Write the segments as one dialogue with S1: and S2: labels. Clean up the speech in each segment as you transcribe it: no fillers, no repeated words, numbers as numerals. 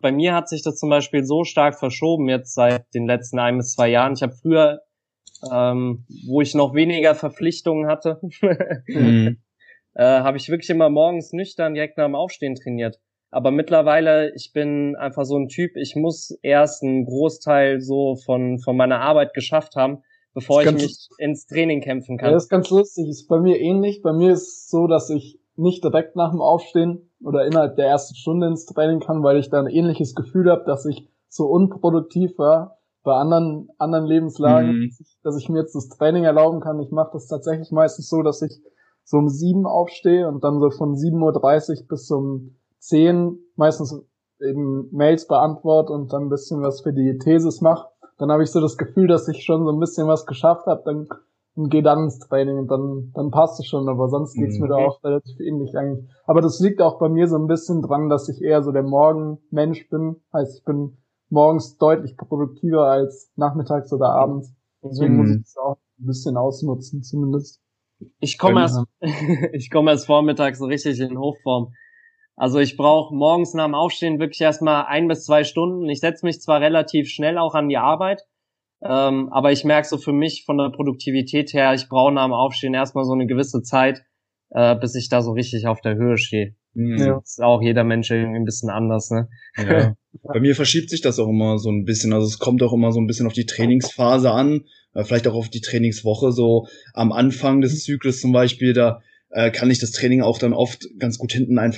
S1: bei mir hat sich das zum Beispiel so stark verschoben jetzt seit den letzten 1 bis 2 Jahren. Ich habe früher, wo ich noch weniger Verpflichtungen hatte, habe ich wirklich immer morgens nüchtern direkt nach dem Aufstehen trainiert. Aber mittlerweile, ich bin einfach so ein Typ, ich muss erst einen Großteil so von meiner Arbeit geschafft haben, bevor ich mich ins Training kämpfen kann.
S2: Ja, das ist ganz lustig, ist bei mir ähnlich. Bei mir ist es so, dass ich nicht direkt nach dem Aufstehen oder innerhalb der ersten Stunde ins Training kann, weil ich da ein ähnliches Gefühl habe, dass ich so unproduktiv war bei anderen Lebenslagen, dass ich mir jetzt das Training erlauben kann. Ich mache das tatsächlich meistens so, dass ich so um 7 aufstehe und dann so von 7:30 bis um 10 meistens eben Mails beantworte und dann ein bisschen was für die Thesis mache. Dann habe ich so das Gefühl, dass ich schon so ein bisschen was geschafft habe, dann gehe dann ins Training und dann passt es schon, aber sonst geht's mir da auch relativ ähnlich eigentlich. Aber das liegt auch bei mir so ein bisschen dran, dass ich eher so der Morgenmensch bin. Heißt, ich bin morgens deutlich produktiver als nachmittags oder abends. Deswegen muss ich das auch ein bisschen ausnutzen, zumindest.
S1: Ich komme erst vormittags so richtig in Hochform. Also ich brauche morgens nach dem Aufstehen wirklich erstmal 1 bis 2 Stunden. Ich setze mich zwar relativ schnell auch an die Arbeit, aber ich merke so für mich von der Produktivität her, ich brauche nach dem Aufstehen erstmal so eine gewisse Zeit, bis ich da so richtig auf der Höhe stehe. Ja. Das ist auch jeder Mensch irgendwie ein bisschen anders, ne?
S3: Ja. Bei mir verschiebt sich das auch immer so ein bisschen. Also es kommt auch immer so ein bisschen auf die Trainingsphase an, vielleicht auch auf die Trainingswoche. So am Anfang des Zyklus zum Beispiel, da kann ich das Training auch dann oft ganz gut hinten einfach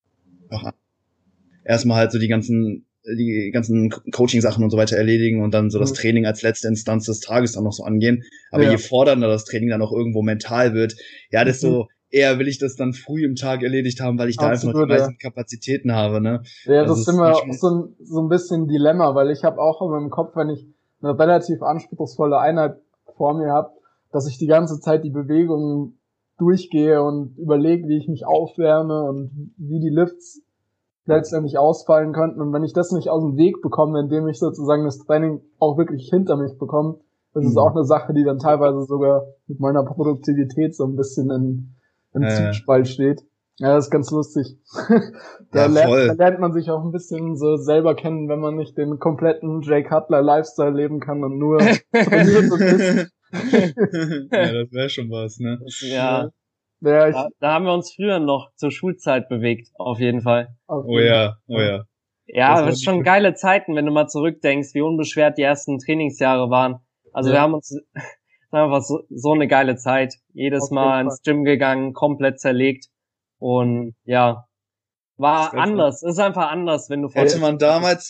S3: erstmal halt so die ganzen Coaching-Sachen und so weiter erledigen und dann so das Training als letzte Instanz des Tages dann noch so angehen. Aber je fordernder das Training dann auch irgendwo mental wird, ja, desto eher will ich das dann früh im Tag erledigt haben, weil ich da einfach noch die meisten Kapazitäten habe, ne?
S2: Ja, das ist immer so ein bisschen ein Dilemma, weil ich habe auch immer im Kopf, wenn ich eine relativ anspruchsvolle Einheit vor mir habe, dass ich die ganze Zeit die Bewegungen durchgehe und überlege, wie ich mich aufwärme und wie die Lifts letztendlich ausfallen könnten. Und wenn ich das nicht aus dem Weg bekomme, indem ich sozusagen das Training auch wirklich hinter mich bekomme, das ist auch eine Sache, die dann teilweise sogar mit meiner Produktivität so ein bisschen im Zugspalt steht. Ja, das ist ganz lustig. Da lernt man sich auch ein bisschen so selber kennen, wenn man nicht den kompletten Jay Cutler Lifestyle leben kann und nur trainiert und isst.
S3: Ja, das wäre schon was, ne?
S1: Ja. Da haben wir uns früher noch zur Schulzeit bewegt, auf jeden Fall.
S3: Oh ja.
S1: Ja, das ist schon geile Zeiten, wenn du mal zurückdenkst, wie unbeschwert die ersten Trainingsjahre waren. Also wir haben uns einfach so eine geile Zeit. Jedes Mal ins Gym gegangen, komplett zerlegt. Und ja, war anders. Es ist einfach anders, wenn du
S3: hätte man damals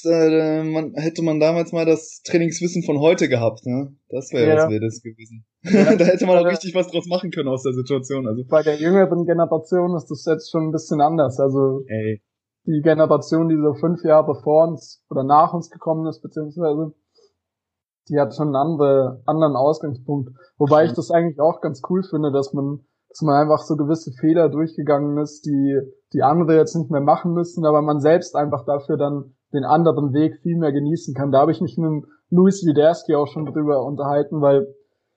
S3: mal das Trainingswissen von heute gehabt, ne? Das wäre was Wildes gewesen. Ja. Da hätte man auch richtig was draus machen können aus der Situation. Also
S2: bei der jüngeren Generation ist das jetzt schon ein bisschen anders. Also die Generation, die so 5 Jahre vor uns oder nach uns gekommen ist, beziehungsweise die hat schon einen anderen Ausgangspunkt. Wobei ich das eigentlich auch ganz cool finde, dass man einfach so gewisse Fehler durchgegangen ist, die andere jetzt nicht mehr machen müssen, aber man selbst einfach dafür dann den anderen Weg viel mehr genießen kann. Da habe ich mich mit Luis Widerski auch schon drüber unterhalten, weil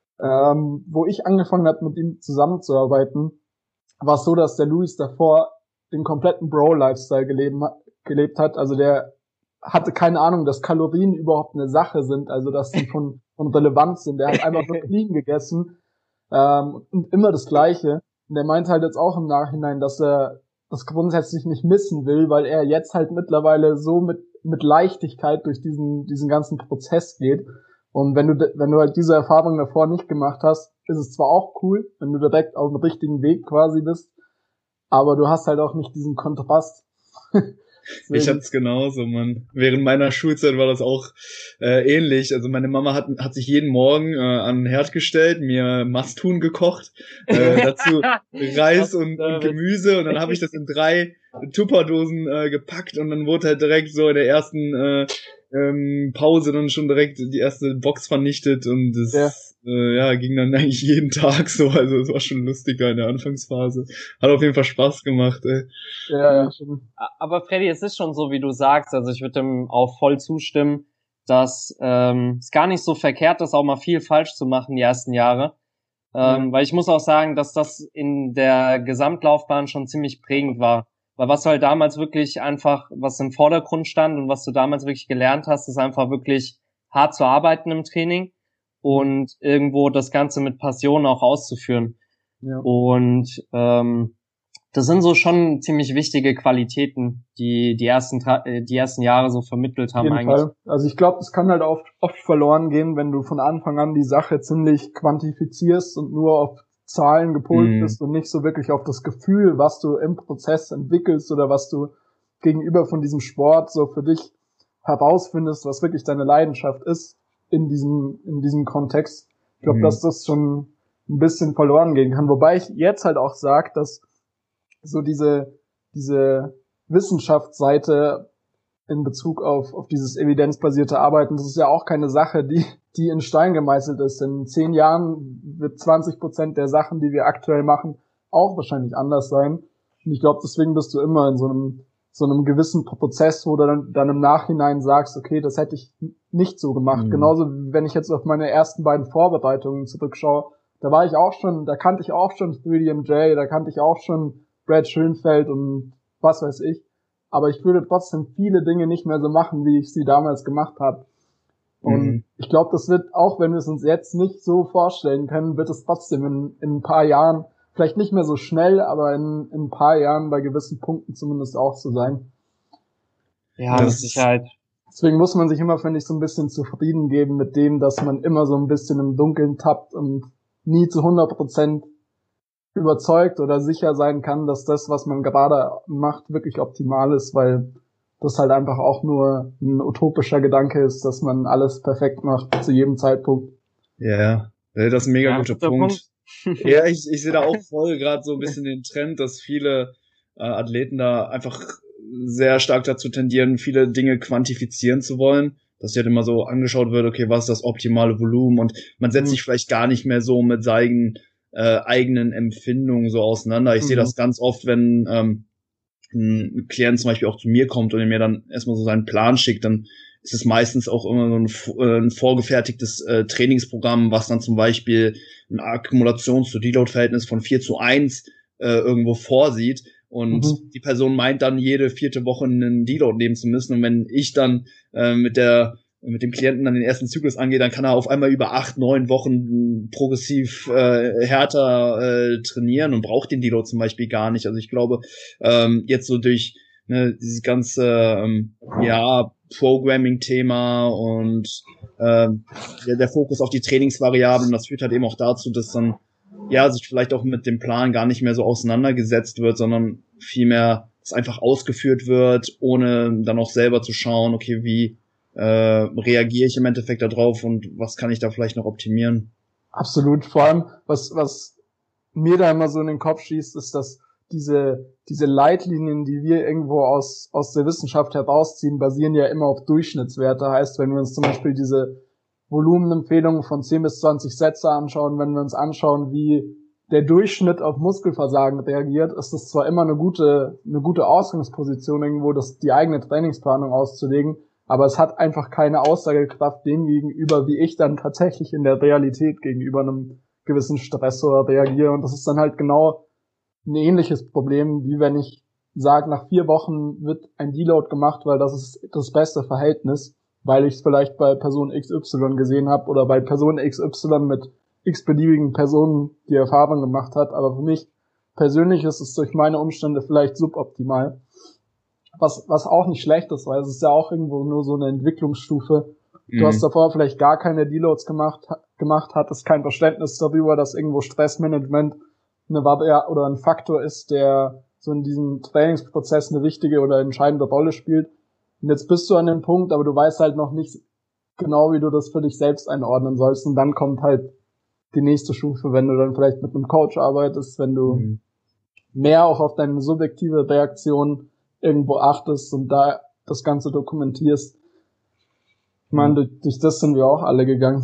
S2: wo ich angefangen habe, mit ihm zusammenzuarbeiten, war es so, dass der Luis davor den kompletten Bro-Lifestyle gelebt hat. Also der hatte keine Ahnung, dass Kalorien überhaupt eine Sache sind, also dass die von Relevanz sind. Der hat einfach nur clean gegessen und immer das Gleiche. Und der meint halt jetzt auch im Nachhinein, dass er das grundsätzlich nicht missen will, weil er jetzt halt mittlerweile so mit Leichtigkeit durch diesen ganzen Prozess geht. Und wenn du halt diese Erfahrung davor nicht gemacht hast, ist es zwar auch cool, wenn du direkt auf dem richtigen Weg quasi bist, aber du hast halt auch nicht diesen Kontrast.
S3: Ich hatte es genauso, Mann. Während meiner Schulzeit war das auch ähnlich. Also meine Mama hat sich jeden Morgen an den Herd gestellt, mir Masthuhn gekocht, dazu Reis und Gemüse und dann habe ich das in 3 Tupperdosen gepackt und dann wurde halt direkt so in der ersten Pause dann schon direkt die erste Box vernichtet und das ging dann eigentlich jeden Tag so, also es war schon lustig da in der Anfangsphase. Hat auf jeden Fall Spaß gemacht, ey.
S1: Ja. Aber Freddy, es ist schon so, wie du sagst, also ich würde dem auch voll zustimmen, dass es gar nicht so verkehrt ist, auch mal viel falsch zu machen die ersten Jahre. Weil ich muss auch sagen, dass das in der Gesamtlaufbahn schon ziemlich prägend war. Weil was du halt damals wirklich einfach, was im Vordergrund stand und was du damals wirklich gelernt hast, ist einfach wirklich hart zu arbeiten im Training und irgendwo das Ganze mit Passion auch auszuführen. Ja. Und das sind so schon ziemlich wichtige Qualitäten, die ersten Jahre so vermittelt haben
S2: eigentlich. Auf jeden Fall. Also ich glaube, es kann halt oft verloren gehen, wenn du von Anfang an die Sache ziemlich quantifizierst und nur auf Zahlen gepolt bist und nicht so wirklich auf das Gefühl, was du im Prozess entwickelst oder was du gegenüber von diesem Sport so für dich herausfindest, was wirklich deine Leidenschaft ist in diesem Kontext. Ich glaube, dass das schon ein bisschen verloren gehen kann. Wobei ich jetzt halt auch sage, dass so diese Wissenschaftsseite in Bezug auf dieses evidenzbasierte Arbeiten, das ist ja auch keine Sache, die in Stein gemeißelt ist. In 10 Jahren wird 20% der Sachen, die wir aktuell machen, auch wahrscheinlich anders sein. Und ich glaube, deswegen bist du immer in so einem gewissen Prozess, wo du dann im Nachhinein sagst, okay, das hätte ich nicht so gemacht. Genauso wie wenn ich jetzt auf meine ersten beiden Vorbereitungen zurückschaue, da kannte ich auch schon 3DMJ, da kannte ich auch schon Brad Schönfeld und was weiß ich. Aber ich würde trotzdem viele Dinge nicht mehr so machen, wie ich sie damals gemacht habe. Und ich glaube, das wird, auch wenn wir es uns jetzt nicht so vorstellen können, wird es trotzdem in ein paar Jahren, vielleicht nicht mehr so schnell, aber in ein paar Jahren bei gewissen Punkten zumindest auch so sein.
S1: Ja, mit Sicherheit.
S2: Deswegen muss man sich immer, finde ich, so ein bisschen zufrieden geben mit dem, dass man immer so ein bisschen im Dunkeln tappt und nie zu 100% überzeugt oder sicher sein kann, dass das, was man gerade macht, wirklich optimal ist, weil das halt einfach auch nur ein utopischer Gedanke ist, dass man alles perfekt macht zu jedem Zeitpunkt.
S3: Ja, das ist ein mega guter Punkt. Ja, ich sehe da auch voll gerade so ein bisschen den Trend, dass viele Athleten da einfach sehr stark dazu tendieren, viele Dinge quantifizieren zu wollen, dass halt immer so angeschaut wird, okay, was ist das optimale Volumen, und man setzt sich vielleicht gar nicht mehr so mit seinen eigenen Empfindungen so auseinander. Ich sehe das ganz oft, wenn ein Klient zum Beispiel auch zu mir kommt und er mir dann erstmal so seinen Plan schickt, dann ist es meistens auch immer so ein vorgefertigtes Trainingsprogramm, was dann zum Beispiel ein Akkumulations-to-Deload-Verhältnis von 4:1 irgendwo vorsieht. Und die Person meint dann, jede 4. Woche einen Deload nehmen zu müssen. Und wenn ich dann mit dem Klienten dann den ersten Zyklus angehe, dann kann er auf einmal über 8-9 Wochen progressiv härter trainieren und braucht den Deload zum Beispiel gar nicht. Also ich glaube, jetzt so durch dieses ganze Programming-Thema und der Fokus auf die Trainingsvariablen, das führt halt eben auch dazu, dass dann sich vielleicht auch mit dem Plan gar nicht mehr so auseinandergesetzt wird, sondern vielmehr es einfach ausgeführt wird, ohne dann auch selber zu schauen, okay, wie reagiere ich im Endeffekt da drauf und was kann ich da vielleicht noch optimieren?
S2: Absolut. Vor allem, was mir da immer so in den Kopf schießt, ist, dass diese Leitlinien, die wir irgendwo aus der Wissenschaft herausziehen, basieren ja immer auf Durchschnittswerte. Heißt, wenn wir uns zum Beispiel diese Volumenempfehlungen von 10 bis 20 Sätze anschauen, wenn wir uns anschauen, wie der Durchschnitt auf Muskelversagen reagiert, ist das zwar immer eine gute Ausgangsposition, irgendwo die eigene Trainingsplanung auszulegen, aber es hat einfach keine Aussagekraft dem gegenüber, wie ich dann tatsächlich in der Realität gegenüber einem gewissen Stressor reagiere. Und das ist dann halt genau ein ähnliches Problem, wie wenn ich sage, nach 4 Wochen wird ein Deload gemacht, weil das ist das beste Verhältnis, weil ich es vielleicht bei Person XY gesehen habe oder bei Person XY mit x-beliebigen Personen die Erfahrung gemacht hat. Aber für mich persönlich ist es durch meine Umstände vielleicht suboptimal. Was auch nicht schlecht ist, weil es ist ja auch irgendwo nur so eine Entwicklungsstufe. Du hast davor vielleicht gar keine Deloads gemacht, hattest kein Verständnis darüber, dass irgendwo Stressmanagement ein Faktor ist, der so in diesem Trainingsprozess eine wichtige oder entscheidende Rolle spielt. Und jetzt bist du an dem Punkt, aber du weißt halt noch nicht genau, wie du das für dich selbst einordnen sollst. Und dann kommt halt die nächste Stufe, wenn du dann vielleicht mit einem Coach arbeitest, wenn du mehr auch auf deine subjektive Reaktion irgendwo achtest und da das Ganze dokumentierst. Ich meine, durch das sind wir auch alle gegangen.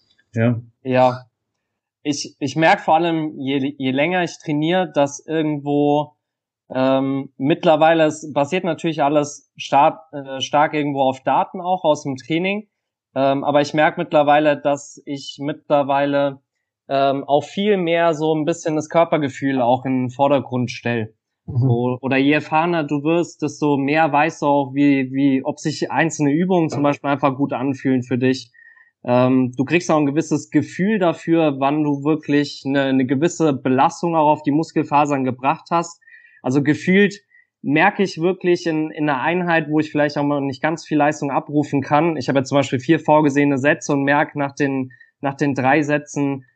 S1: Ja. Ich merke vor allem, je länger ich trainiere, dass irgendwo mittlerweile, es basiert natürlich alles stark irgendwo auf Daten auch aus dem Training, aber ich merke mittlerweile, dass ich auch viel mehr so ein bisschen das Körpergefühl auch in den Vordergrund stelle. Oder je erfahrener du wirst, desto mehr weißt du auch, ob sich einzelne Übungen zum Beispiel einfach gut anfühlen für dich. Du kriegst auch ein gewisses Gefühl dafür, wann du wirklich eine gewisse Belastung auch auf die Muskelfasern gebracht hast. Also gefühlt merke ich wirklich in einer Einheit, wo ich vielleicht auch mal nicht ganz viel Leistung abrufen kann. Ich habe jetzt zum Beispiel 4 vorgesehene Sätze und merke nach den 3 Sätzen,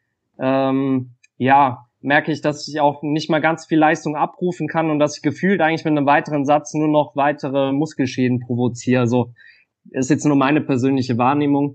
S1: merke ich, dass ich auch nicht mal ganz viel Leistung abrufen kann und dass ich gefühlt eigentlich mit einem weiteren Satz nur noch weitere Muskelschäden provoziere. Also ist jetzt nur meine persönliche Wahrnehmung.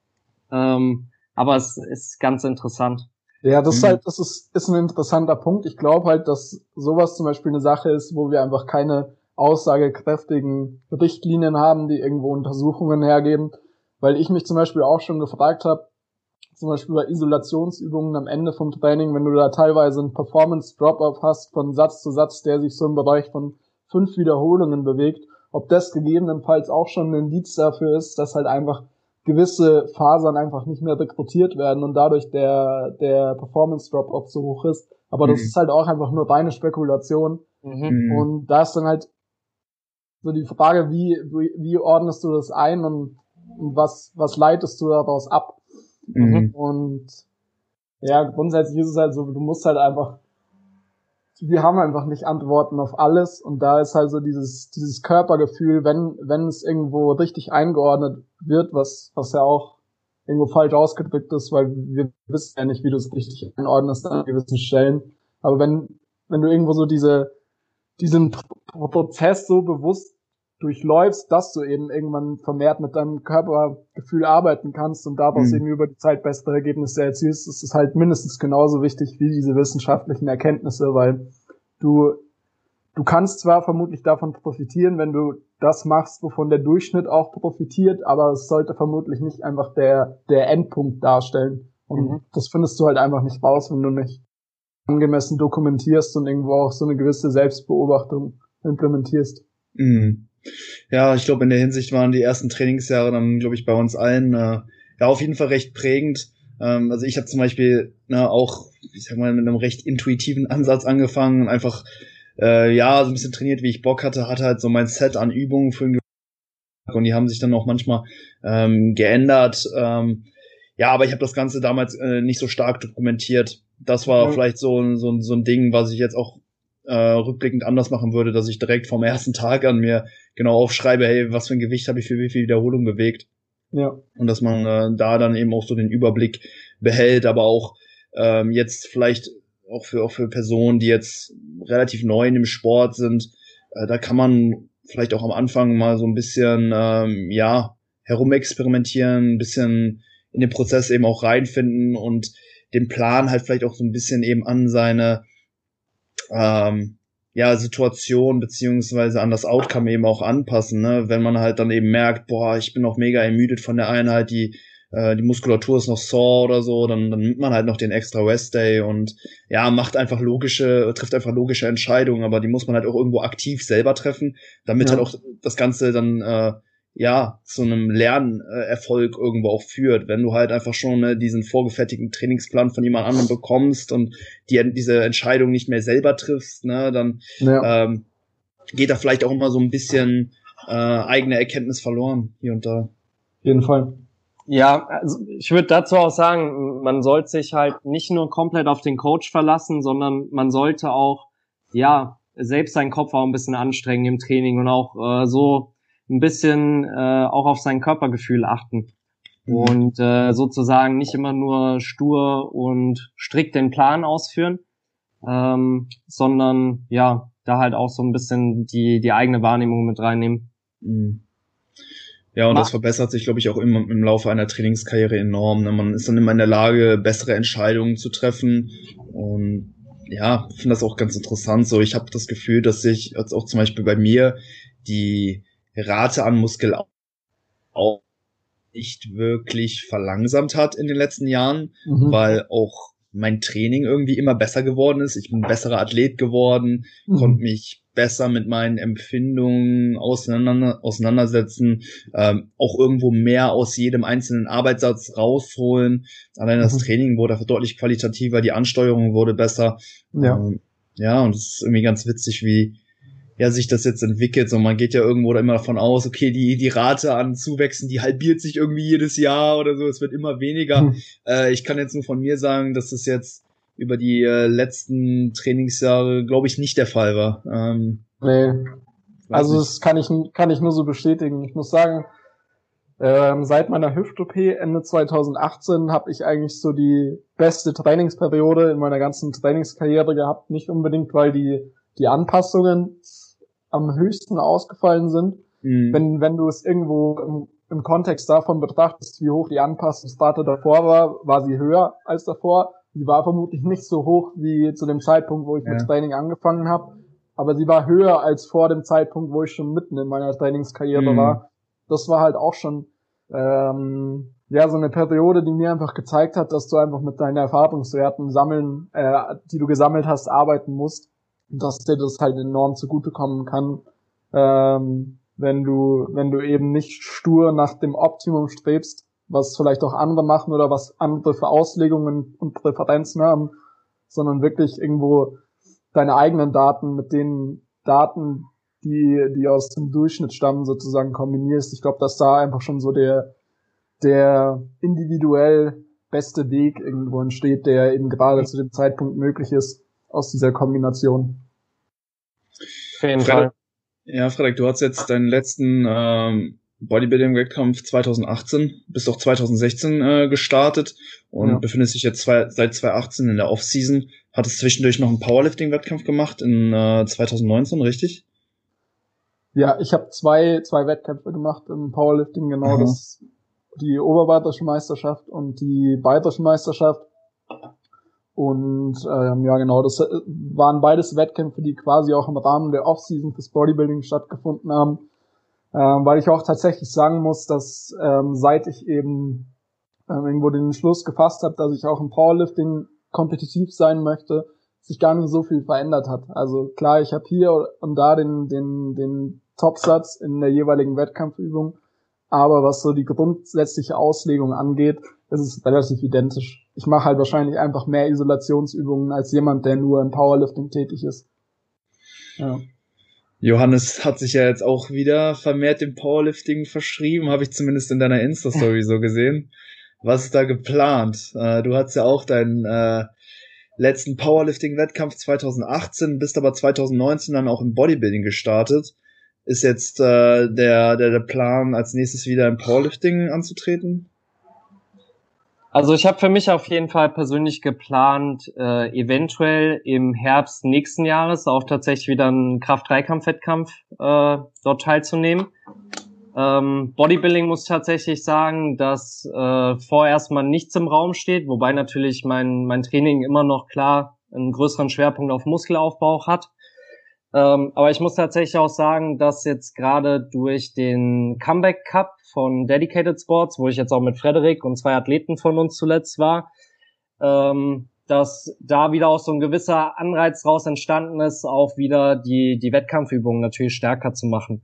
S1: Aber es ist ganz interessant.
S2: Ja, das ist ein interessanter Punkt. Ich glaube halt, dass sowas zum Beispiel eine Sache ist, wo wir einfach keine aussagekräftigen Richtlinien haben, die irgendwo Untersuchungen hergeben. Weil ich mich zum Beispiel auch schon gefragt habe, zum Beispiel bei Isolationsübungen am Ende vom Training, wenn du da teilweise einen Performance-Drop-Off hast von Satz zu Satz, der sich so im Bereich von 5 Wiederholungen bewegt, ob das gegebenenfalls auch schon ein Indiz dafür ist, dass halt einfach gewisse Fasern einfach nicht mehr rekrutiert werden und dadurch der Performance-Drop-Off so hoch ist. Aber das ist halt auch einfach nur reine Spekulation. Und da ist dann halt so die Frage, wie ordnest du das ein und was leitest du daraus ab? Und ja, grundsätzlich ist es halt so, du musst halt einfach, wir haben einfach nicht Antworten auf alles und da ist halt so dieses Körpergefühl, wenn es irgendwo richtig eingeordnet wird, was ja auch irgendwo falsch ausgedrückt ist, weil wir wissen ja nicht, wie du es richtig einordnest an gewissen Stellen. Aber wenn du irgendwo so diesen Prozess so bewusst durchläufst, dass du eben irgendwann vermehrt mit deinem Körpergefühl arbeiten kannst und daraus eben über die Zeit bessere Ergebnisse erzielst, ist es halt mindestens genauso wichtig wie diese wissenschaftlichen Erkenntnisse, weil du kannst zwar vermutlich davon profitieren, wenn du das machst, wovon der Durchschnitt auch profitiert, aber es sollte vermutlich nicht einfach der Endpunkt darstellen. Und das findest du halt einfach nicht raus, wenn du nicht angemessen dokumentierst und irgendwo auch so eine gewisse Selbstbeobachtung implementierst.
S3: Ja, ich glaube, in der Hinsicht waren die ersten Trainingsjahre dann, glaube ich, bei uns allen auf jeden Fall recht prägend. Also ich habe zum Beispiel auch, ich sag mal, mit einem recht intuitiven Ansatz angefangen und einfach so ein bisschen trainiert, wie ich Bock hatte halt so mein Set an Übungen für den und die haben sich dann auch manchmal geändert. Aber ich habe das Ganze damals nicht so stark dokumentiert. Das war vielleicht so ein Ding, was ich jetzt auch rückblickend anders machen würde, dass ich direkt vom ersten Tag an mir genau aufschreibe, hey, was für ein Gewicht habe ich für wie viel Wiederholung bewegt. Ja. Und dass man da dann eben auch so den Überblick behält, aber auch jetzt vielleicht auch für Personen, die jetzt relativ neu in dem Sport sind, da kann man vielleicht auch am Anfang mal so ein bisschen herumexperimentieren, ein bisschen in den Prozess eben auch reinfinden und den Plan halt vielleicht auch so ein bisschen eben an seine Situation beziehungsweise an das Outcome eben auch anpassen, ne? Wenn man halt dann eben merkt, ich bin noch mega ermüdet von der Einheit, die Muskulatur ist noch sore oder so, dann nimmt man halt noch den extra Rest Day und trifft einfach logische Entscheidungen, aber die muss man halt auch irgendwo aktiv selber treffen, damit halt auch das Ganze dann zu einem Lernerfolg irgendwo auch führt. Wenn du halt einfach schon diesen vorgefertigten Trainingsplan von jemand anderem bekommst und diese Entscheidung nicht mehr selber triffst, ne, dann geht da vielleicht auch immer so ein bisschen eigene Erkenntnis verloren hier und da.
S2: Auf jeden Fall.
S1: Ja, also ich würde dazu auch sagen, man sollte sich halt nicht nur komplett auf den Coach verlassen, sondern man sollte auch selbst seinen Kopf auch ein bisschen anstrengen im Training und auch so ein bisschen auch auf sein Körpergefühl achten und sozusagen nicht immer nur stur und strikt den Plan ausführen, sondern da halt auch so ein bisschen die eigene Wahrnehmung mit reinnehmen.
S3: Ja, und das verbessert sich, glaube ich, auch im Laufe einer Trainingskarriere enorm. Ne? Man ist dann immer in der Lage, bessere Entscheidungen zu treffen und ich finde das auch ganz interessant. So, ich habe das Gefühl, dass sich jetzt auch zum Beispiel bei mir die Rate an Muskelaufbau nicht wirklich verlangsamt hat in den letzten Jahren, weil auch mein Training irgendwie immer besser geworden ist. Ich bin ein besserer Athlet geworden, konnte mich besser mit meinen Empfindungen auseinandersetzen, auch irgendwo mehr aus jedem einzelnen Arbeitssatz rausholen. Allein das Training wurde deutlich qualitativer, die Ansteuerung wurde besser. Ja, und es ist irgendwie ganz witzig, wie ja sich das jetzt entwickelt. So, man geht ja irgendwo da immer davon aus, okay, die Rate an Zuwächsen, die halbiert sich irgendwie jedes Jahr oder so, es wird immer weniger. Ich kann jetzt nur von mir sagen, dass das jetzt über die letzten Trainingsjahre, glaube ich, nicht der Fall war.
S2: Nee. Also das kann ich nur so bestätigen. Ich muss sagen, seit meiner Hüft-OP Ende 2018 habe ich eigentlich so die beste Trainingsperiode in meiner ganzen Trainingskarriere gehabt. Nicht unbedingt, weil die Anpassungen am höchsten ausgefallen sind. Wenn du es irgendwo im Kontext davon betrachtest, wie hoch die Anpassungsrate davor war sie höher als davor. Sie war vermutlich nicht so hoch wie zu dem Zeitpunkt, wo ich mit Training angefangen habe. Aber sie war höher als vor dem Zeitpunkt, wo ich schon mitten in meiner Trainingskarriere war. Das war halt auch schon so eine Periode, die mir einfach gezeigt hat, dass du einfach mit deinen Erfahrungswerten die du gesammelt hast, arbeiten musst. Und dass dir das halt enorm zugutekommen kann, wenn du eben nicht stur nach dem Optimum strebst, was vielleicht auch andere machen oder was andere für Auslegungen und Präferenzen haben, sondern wirklich irgendwo deine eigenen Daten mit den Daten, die aus dem Durchschnitt stammen, sozusagen kombinierst. Ich glaube, dass da einfach schon so der individuell beste Weg irgendwo entsteht, der eben gerade zu dem Zeitpunkt möglich ist aus dieser Kombination.
S1: Auf jeden Fall.
S3: Ja, Frederik, du hast jetzt deinen letzten Bodybuilding-Wettkampf 2018 bis auch 2016 gestartet und befindest dich jetzt seit 2018 in der Off-Season. Hattest zwischendurch noch einen Powerlifting-Wettkampf gemacht in 2019, richtig?
S2: Ja, ich habe zwei Wettkämpfe gemacht im Powerlifting, genau. Das die Oberbayerischen Meisterschaft und die Bayerischen Meisterschaft. Und genau, das waren beides Wettkämpfe, die quasi auch im Rahmen der Off-Season fürs Bodybuilding stattgefunden haben. Weil ich auch tatsächlich sagen muss, dass seit ich eben irgendwo den Entschluss gefasst habe, dass ich auch im Powerlifting kompetitiv sein möchte, sich gar nicht so viel verändert hat. Also klar, ich habe hier und da den Topsatz in der jeweiligen Wettkampfübung, aber was so die grundsätzliche Auslegung angeht, ist es relativ identisch. Ich mache halt wahrscheinlich einfach mehr Isolationsübungen als jemand, der nur im Powerlifting tätig ist. Ja.
S3: Johannes hat sich ja jetzt auch wieder vermehrt dem Powerlifting verschrieben, habe ich zumindest in deiner Insta-Story so gesehen. Was ist da geplant? Du hattest ja auch deinen letzten Powerlifting-Wettkampf 2018, bist aber 2019 dann auch im Bodybuilding gestartet. Ist jetzt der Plan, als nächstes wieder im Powerlifting anzutreten?
S1: Also ich habe für mich auf jeden Fall persönlich geplant, eventuell im Herbst nächsten Jahres auch tatsächlich wieder einen Kraft-3-Kampf-Wettkampf dort teilzunehmen. Bodybuilding muss tatsächlich sagen, dass vorerst mal nichts im Raum steht, wobei natürlich mein Training immer noch klar einen größeren Schwerpunkt auf Muskelaufbau hat. Aber ich muss tatsächlich auch sagen, dass jetzt gerade durch den Comeback Cup von Dedicated Sports, wo ich jetzt auch mit Frederik und 2 Athleten von uns zuletzt war, dass da wieder auch so ein gewisser Anreiz raus entstanden ist, auch wieder die Wettkampfübungen natürlich stärker zu machen.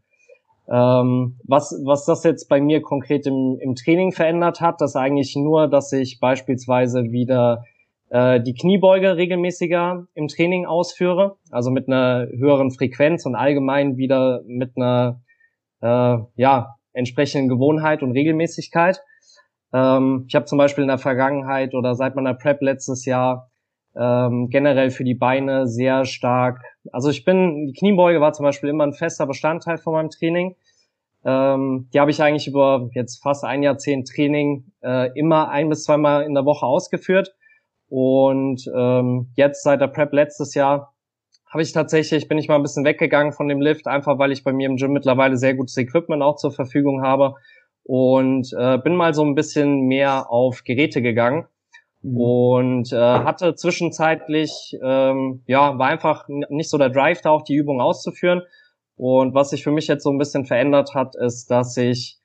S1: Was das jetzt bei mir konkret im Training verändert hat, das eigentlich nur, dass ich beispielsweise wieder die Kniebeuge regelmäßiger im Training ausführe, also mit einer höheren Frequenz und allgemein wieder mit einer entsprechenden Gewohnheit und Regelmäßigkeit. Ich habe zum Beispiel in der Vergangenheit oder seit meiner Prep letztes Jahr generell für die Beine sehr stark, also die Kniebeuge war zum Beispiel immer ein fester Bestandteil von meinem Training. Die habe ich eigentlich über jetzt fast ein Jahrzehnt Training immer 1 bis 2 Mal in der Woche ausgeführt. Und jetzt seit der Prep letztes Jahr bin ich mal ein bisschen weggegangen von dem Lift, einfach weil ich bei mir im Gym mittlerweile sehr gutes Equipment auch zur Verfügung habe und bin mal so ein bisschen mehr auf Geräte gegangen und hatte zwischenzeitlich war einfach nicht so der Drive, da auch die Übung auszuführen. Und was sich für mich jetzt so ein bisschen verändert hat, ist, dass ich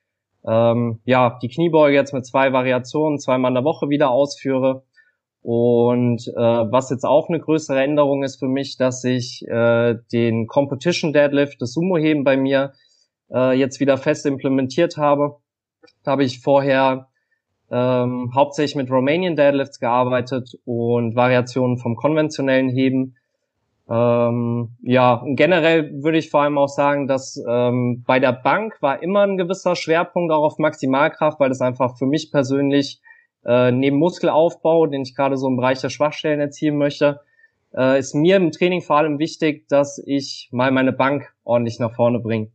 S1: die Kniebeuge jetzt mit 2 Variationen 2 Mal in der Woche wieder ausführe. Und was jetzt auch eine größere Änderung ist für mich, dass ich den Competition Deadlift, das Sumo-Heben bei mir jetzt wieder fest implementiert habe. Da habe ich vorher hauptsächlich mit Romanian Deadlifts gearbeitet und Variationen vom konventionellen Heben. Ja, und generell würde ich vor allem auch sagen, dass bei der Bank war immer ein gewisser Schwerpunkt auch auf Maximalkraft, weil das einfach für mich persönlich neben Muskelaufbau, den ich gerade so im Bereich der Schwachstellen erzielen möchte, ist mir im Training vor allem wichtig, dass ich mal meine Bank ordentlich nach vorne bringe.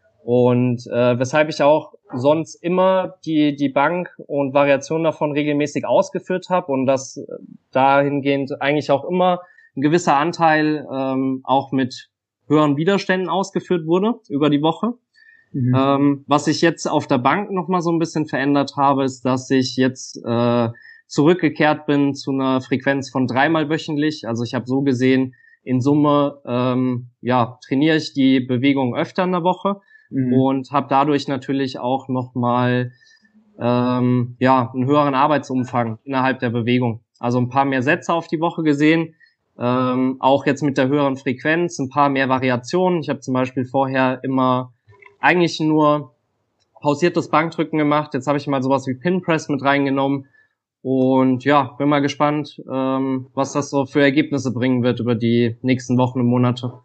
S1: Und weshalb ich auch sonst immer die Bank und Variationen davon regelmäßig ausgeführt habe und dass dahingehend eigentlich auch immer ein gewisser Anteil auch mit höheren Widerständen ausgeführt wurde über die Woche. Was ich jetzt auf der Bank nochmal so ein bisschen verändert habe, ist, dass ich jetzt zurückgekehrt bin zu einer Frequenz von 3-mal wöchentlich. Also ich habe so gesehen, in Summe trainiere ich die Bewegung öfter in der Woche und habe dadurch natürlich auch nochmal einen höheren Arbeitsumfang innerhalb der Bewegung. Also ein paar mehr Sätze auf die Woche gesehen. Auch jetzt mit der höheren Frequenz, ein paar mehr Variationen. Ich habe zum Beispiel vorher immer eigentlich nur pausiertes Bankdrücken gemacht. Jetzt habe ich mal sowas wie Pin Press mit reingenommen. Und ja, bin mal gespannt, was das so für Ergebnisse bringen wird über die nächsten Wochen und Monate.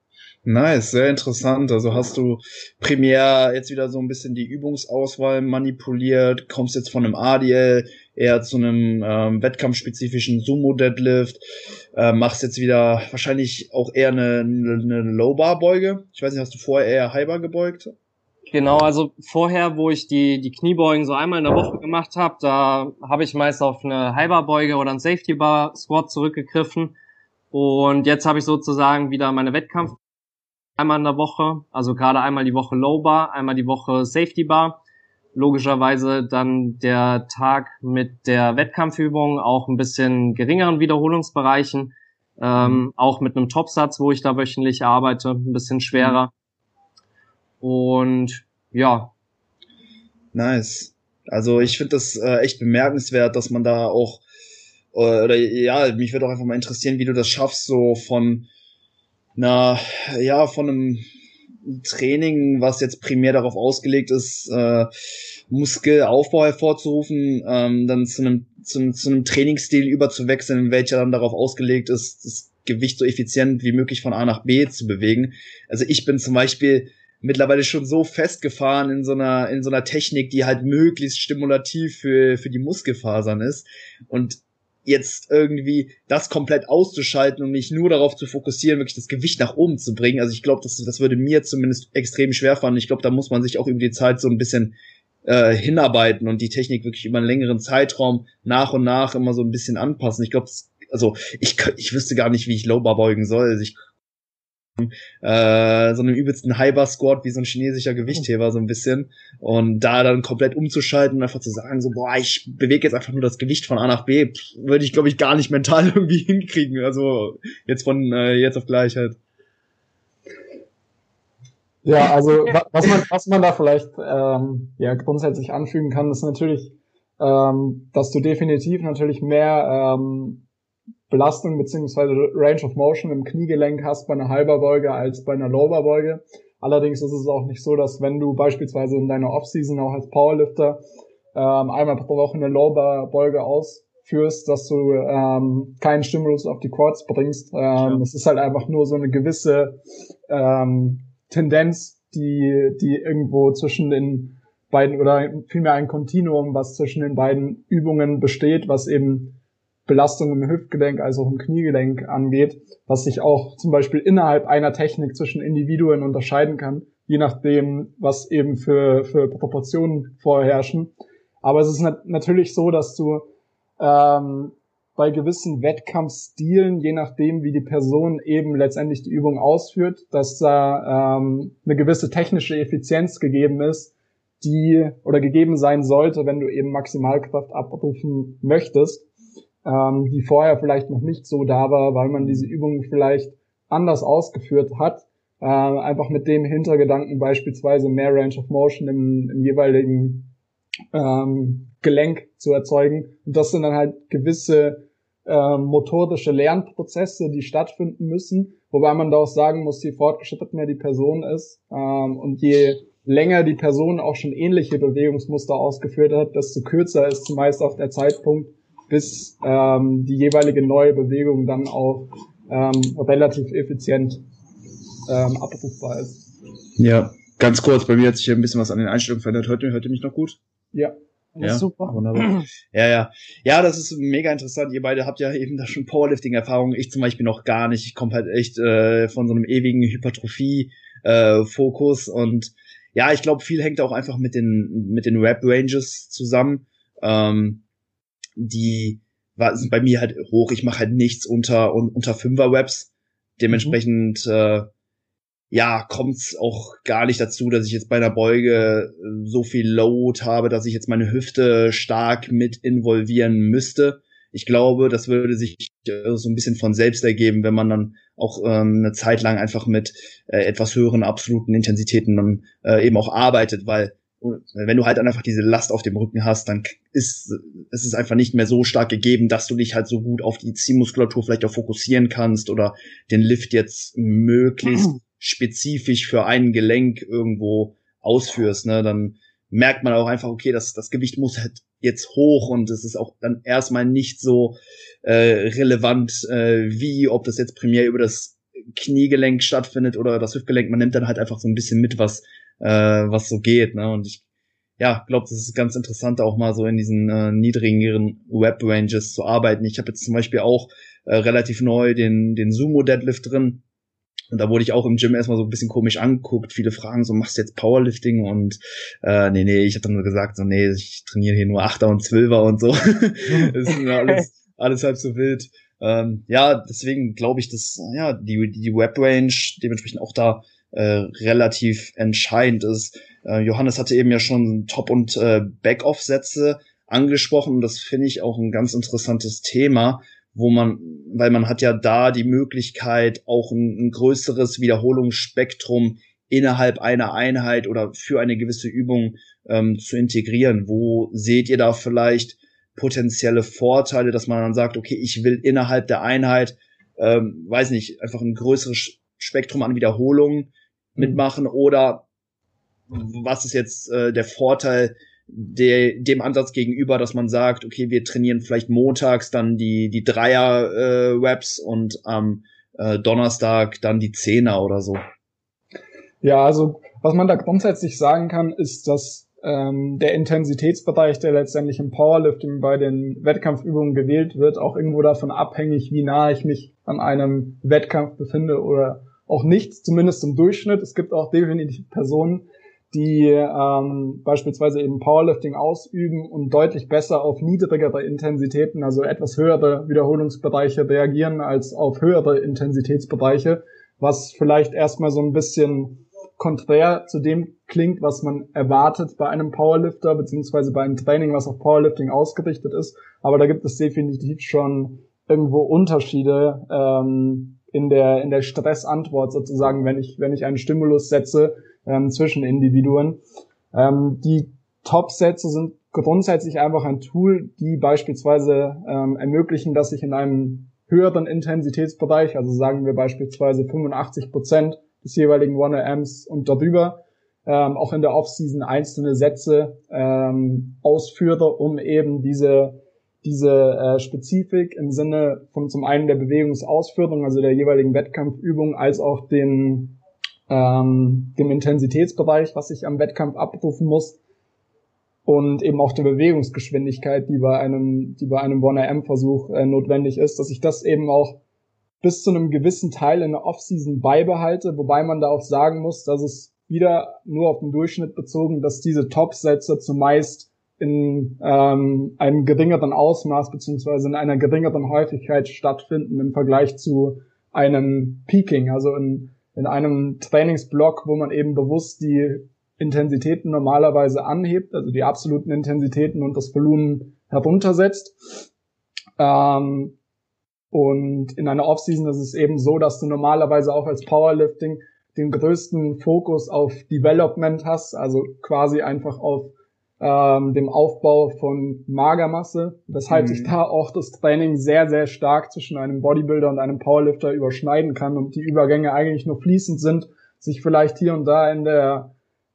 S3: Nice, sehr interessant. Also hast du primär jetzt wieder so ein bisschen die Übungsauswahl manipuliert, kommst jetzt von einem ADL eher zu einem wettkampfspezifischen Sumo-Deadlift, machst jetzt wieder wahrscheinlich auch eher eine Low-Bar-Beuge. Ich weiß nicht, hast du vorher eher High-Bar gebeugt?
S1: Genau, also vorher, wo ich die Kniebeugen so einmal in der Woche gemacht habe, da habe ich meist auf eine High-Bar-Beuge oder einen Safety-Bar-Squat zurückgegriffen. Und jetzt habe ich sozusagen wieder meine Wettkampf einmal in der Woche, also gerade einmal die Woche Low Bar, einmal die Woche Safety Bar. Logischerweise dann der Tag mit der Wettkampfübung, auch ein bisschen geringeren Wiederholungsbereichen, auch mit einem Topsatz, wo ich da wöchentlich arbeite, ein bisschen schwerer. Und ja.
S3: Nice. Also ich finde das echt bemerkenswert, dass man da auch, mich würde auch einfach mal interessieren, wie du das schaffst, so von einem Training, was jetzt primär darauf ausgelegt ist, Muskelaufbau hervorzurufen, dann zu einem Trainingsstil überzuwechseln, welcher dann darauf ausgelegt ist, das Gewicht so effizient wie möglich von A nach B zu bewegen. Also ich bin zum Beispiel mittlerweile schon so festgefahren in so einer Technik, die halt möglichst stimulativ für die Muskelfasern ist, und jetzt irgendwie das komplett auszuschalten und mich nur darauf zu fokussieren, wirklich das Gewicht nach oben zu bringen. Also ich glaube, das würde mir zumindest extrem schwer fallen. Ich glaube, da muss man sich auch über die Zeit so ein bisschen hinarbeiten und die Technik wirklich über einen längeren Zeitraum nach und nach immer so ein bisschen anpassen. Ich glaube, ich wüsste gar nicht, wie ich Low Bar beugen soll. Also so einem übelsten High-Bar-Squat wie so ein chinesischer Gewichtheber so ein bisschen, und da dann komplett umzuschalten und einfach zu sagen, so, boah, ich bewege jetzt einfach nur das Gewicht von A nach B, würde ich, glaube ich, gar nicht mental irgendwie hinkriegen, also jetzt von jetzt auf gleich halt.
S2: Ja, also was man da vielleicht grundsätzlich anfügen kann, ist natürlich, dass du definitiv natürlich mehr Belastung beziehungsweise Range of Motion im Kniegelenk hast bei einer High-Bar-Beuge als bei einer Low-Bar-Beuge. Allerdings ist es auch nicht so, dass wenn du beispielsweise in deiner Off-Season auch als Powerlifter einmal pro Woche eine Low-Bar-Beuge ausführst, dass du keinen Stimulus auf die Quads bringst. Es ist halt einfach nur so eine gewisse Tendenz, die irgendwo zwischen den beiden, oder vielmehr ein Kontinuum, was zwischen den beiden Übungen besteht, was eben Belastung im Hüftgelenk als auch im Kniegelenk angeht, was sich auch zum Beispiel innerhalb einer Technik zwischen Individuen unterscheiden kann, je nachdem, was eben für Proportionen vorherrschen. Aber es ist natürlich so, dass du bei gewissen Wettkampfstilen, je nachdem, wie die Person eben letztendlich die Übung ausführt, dass da eine gewisse technische Effizienz gegeben ist, die oder gegeben sein sollte, wenn du eben Maximalkraft abrufen möchtest, die vorher vielleicht noch nicht so da war, weil man diese Übungen vielleicht anders ausgeführt hat, einfach mit dem Hintergedanken beispielsweise mehr Range of Motion im jeweiligen Gelenk zu erzeugen. Und das sind dann halt gewisse motorische Lernprozesse, die stattfinden müssen, wobei man da auch sagen muss, je fortgeschrittener die Person ist und je länger die Person auch schon ähnliche Bewegungsmuster ausgeführt hat, desto kürzer ist zumeist auch der Zeitpunkt, bis die jeweilige neue Bewegung dann auch relativ effizient abrufbar ist.
S3: Ja, ganz kurz, bei mir hat sich hier ein bisschen was an den Einstellungen verändert. Hört ihr mich noch gut?
S2: Ja.
S1: Ja, super.
S3: Wunderbar. Ja, das ist mega interessant. Ihr beide habt ja eben da schon Powerlifting-Erfahrung. Ich zum Beispiel noch gar nicht. Ich komme halt echt von so einem ewigen Hypertrophie-Fokus. Und ja, ich glaube, viel hängt auch einfach mit den Rep-Ranges zusammen. Die sind bei mir halt hoch. Ich mache halt nichts unter 5er-Reps. Dementsprechend kommt's auch gar nicht dazu, dass ich jetzt bei einer Beuge so viel Load habe, dass ich jetzt meine Hüfte stark mit involvieren müsste. Ich glaube, das würde sich so ein bisschen von selbst ergeben, wenn man dann auch eine Zeit lang einfach mit etwas höheren absoluten Intensitäten dann eben auch arbeitet, weil wenn du halt dann einfach diese Last auf dem Rücken hast, dann ist es einfach nicht mehr so stark gegeben, dass du dich halt so gut auf die Ziehmuskulatur vielleicht auch fokussieren kannst oder den Lift jetzt möglichst spezifisch für ein Gelenk irgendwo ausführst, ne, dann merkt man auch einfach, okay, das Gewicht muss halt jetzt hoch und es ist auch dann erstmal nicht so relevant, wie, ob das jetzt primär über das Kniegelenk stattfindet oder das Hüftgelenk. Man nimmt dann halt einfach so ein bisschen mit, was so geht, ne, und ich glaube, das ist ganz interessant, auch mal so in diesen niedrigeren Rep-Ranges zu arbeiten. Ich habe jetzt zum Beispiel auch relativ neu den Sumo-Deadlift drin. Und da wurde ich auch im Gym erstmal so ein bisschen komisch angeguckt. Viele fragen so, machst du jetzt Powerlifting? Und nee, ich habe dann nur gesagt, so nee, ich trainiere hier nur 8er und 12er und so. Das ist mir alles halb so wild. Deswegen glaube ich, dass die Rep-Range dementsprechend auch da relativ entscheidend ist. Johannes hatte eben ja schon Top- und Back-Off-Sätze angesprochen. Und das finde ich auch ein ganz interessantes Thema, weil man hat ja da die Möglichkeit, auch ein größeres Wiederholungsspektrum innerhalb einer Einheit oder für eine gewisse Übung zu integrieren. Wo seht ihr da vielleicht potenzielle Vorteile, dass man dann sagt, okay, ich will innerhalb der Einheit, einfach ein größeres Spektrum an Wiederholungen mitmachen, oder was ist jetzt der Vorteil dem Ansatz gegenüber, dass man sagt, okay, wir trainieren vielleicht montags dann die Dreier-Reps und am Donnerstag dann die Zehner oder so?
S2: Ja, also was man da grundsätzlich sagen kann, ist, dass der Intensitätsbereich, der letztendlich im Powerlifting bei den Wettkampfübungen gewählt wird, auch irgendwo davon abhängig, wie nah ich mich an einem Wettkampf befinde oder auch nicht, zumindest im Durchschnitt. Es gibt auch definitiv Personen, die beispielsweise eben Powerlifting ausüben und deutlich besser auf niedrigere Intensitäten, also etwas höhere Wiederholungsbereiche reagieren als auf höhere Intensitätsbereiche, was vielleicht erstmal so ein bisschen konträr zu dem klingt, was man erwartet bei einem Powerlifter, beziehungsweise bei einem Training, was auf Powerlifting ausgerichtet ist. Aber da gibt es definitiv schon irgendwo Unterschiede in der Stressantwort sozusagen, wenn ich einen Stimulus setze zwischen Individuen. Die Top-Sätze sind grundsätzlich einfach ein Tool, die beispielsweise ermöglichen, dass ich in einem höheren Intensitätsbereich, also sagen wir beispielsweise 85% des jeweiligen 1RMs und darüber, auch in der Off-Season einzelne Sätze ausführe, um eben diese Spezifik im Sinne von zum einen der Bewegungsausführung, also der jeweiligen Wettkampfübung, als auch dem Intensitätsbereich, was ich am Wettkampf abrufen muss, und eben auch der Bewegungsgeschwindigkeit, die bei einem 1RM-Versuch notwendig ist, dass ich das eben auch bis zu einem gewissen Teil in der Off-Season beibehalte, wobei man da auch sagen muss, dass es wieder nur auf den Durchschnitt bezogen, dass diese Top-Sätze zumeist in einem geringeren Ausmaß beziehungsweise in einer geringeren Häufigkeit stattfinden im Vergleich zu einem Peaking, also in einem Trainingsblock, wo man eben bewusst die Intensitäten normalerweise anhebt, also die absoluten Intensitäten und das Volumen heruntersetzt. Und in einer Offseason ist es eben so, dass du normalerweise auch als Powerlifting den größten Fokus auf Development hast, also quasi einfach auf dem Aufbau von Magermasse, weshalb sich da auch das Training sehr, sehr stark zwischen einem Bodybuilder und einem Powerlifter überschneiden kann und die Übergänge eigentlich nur fließend sind, sich vielleicht hier und da in der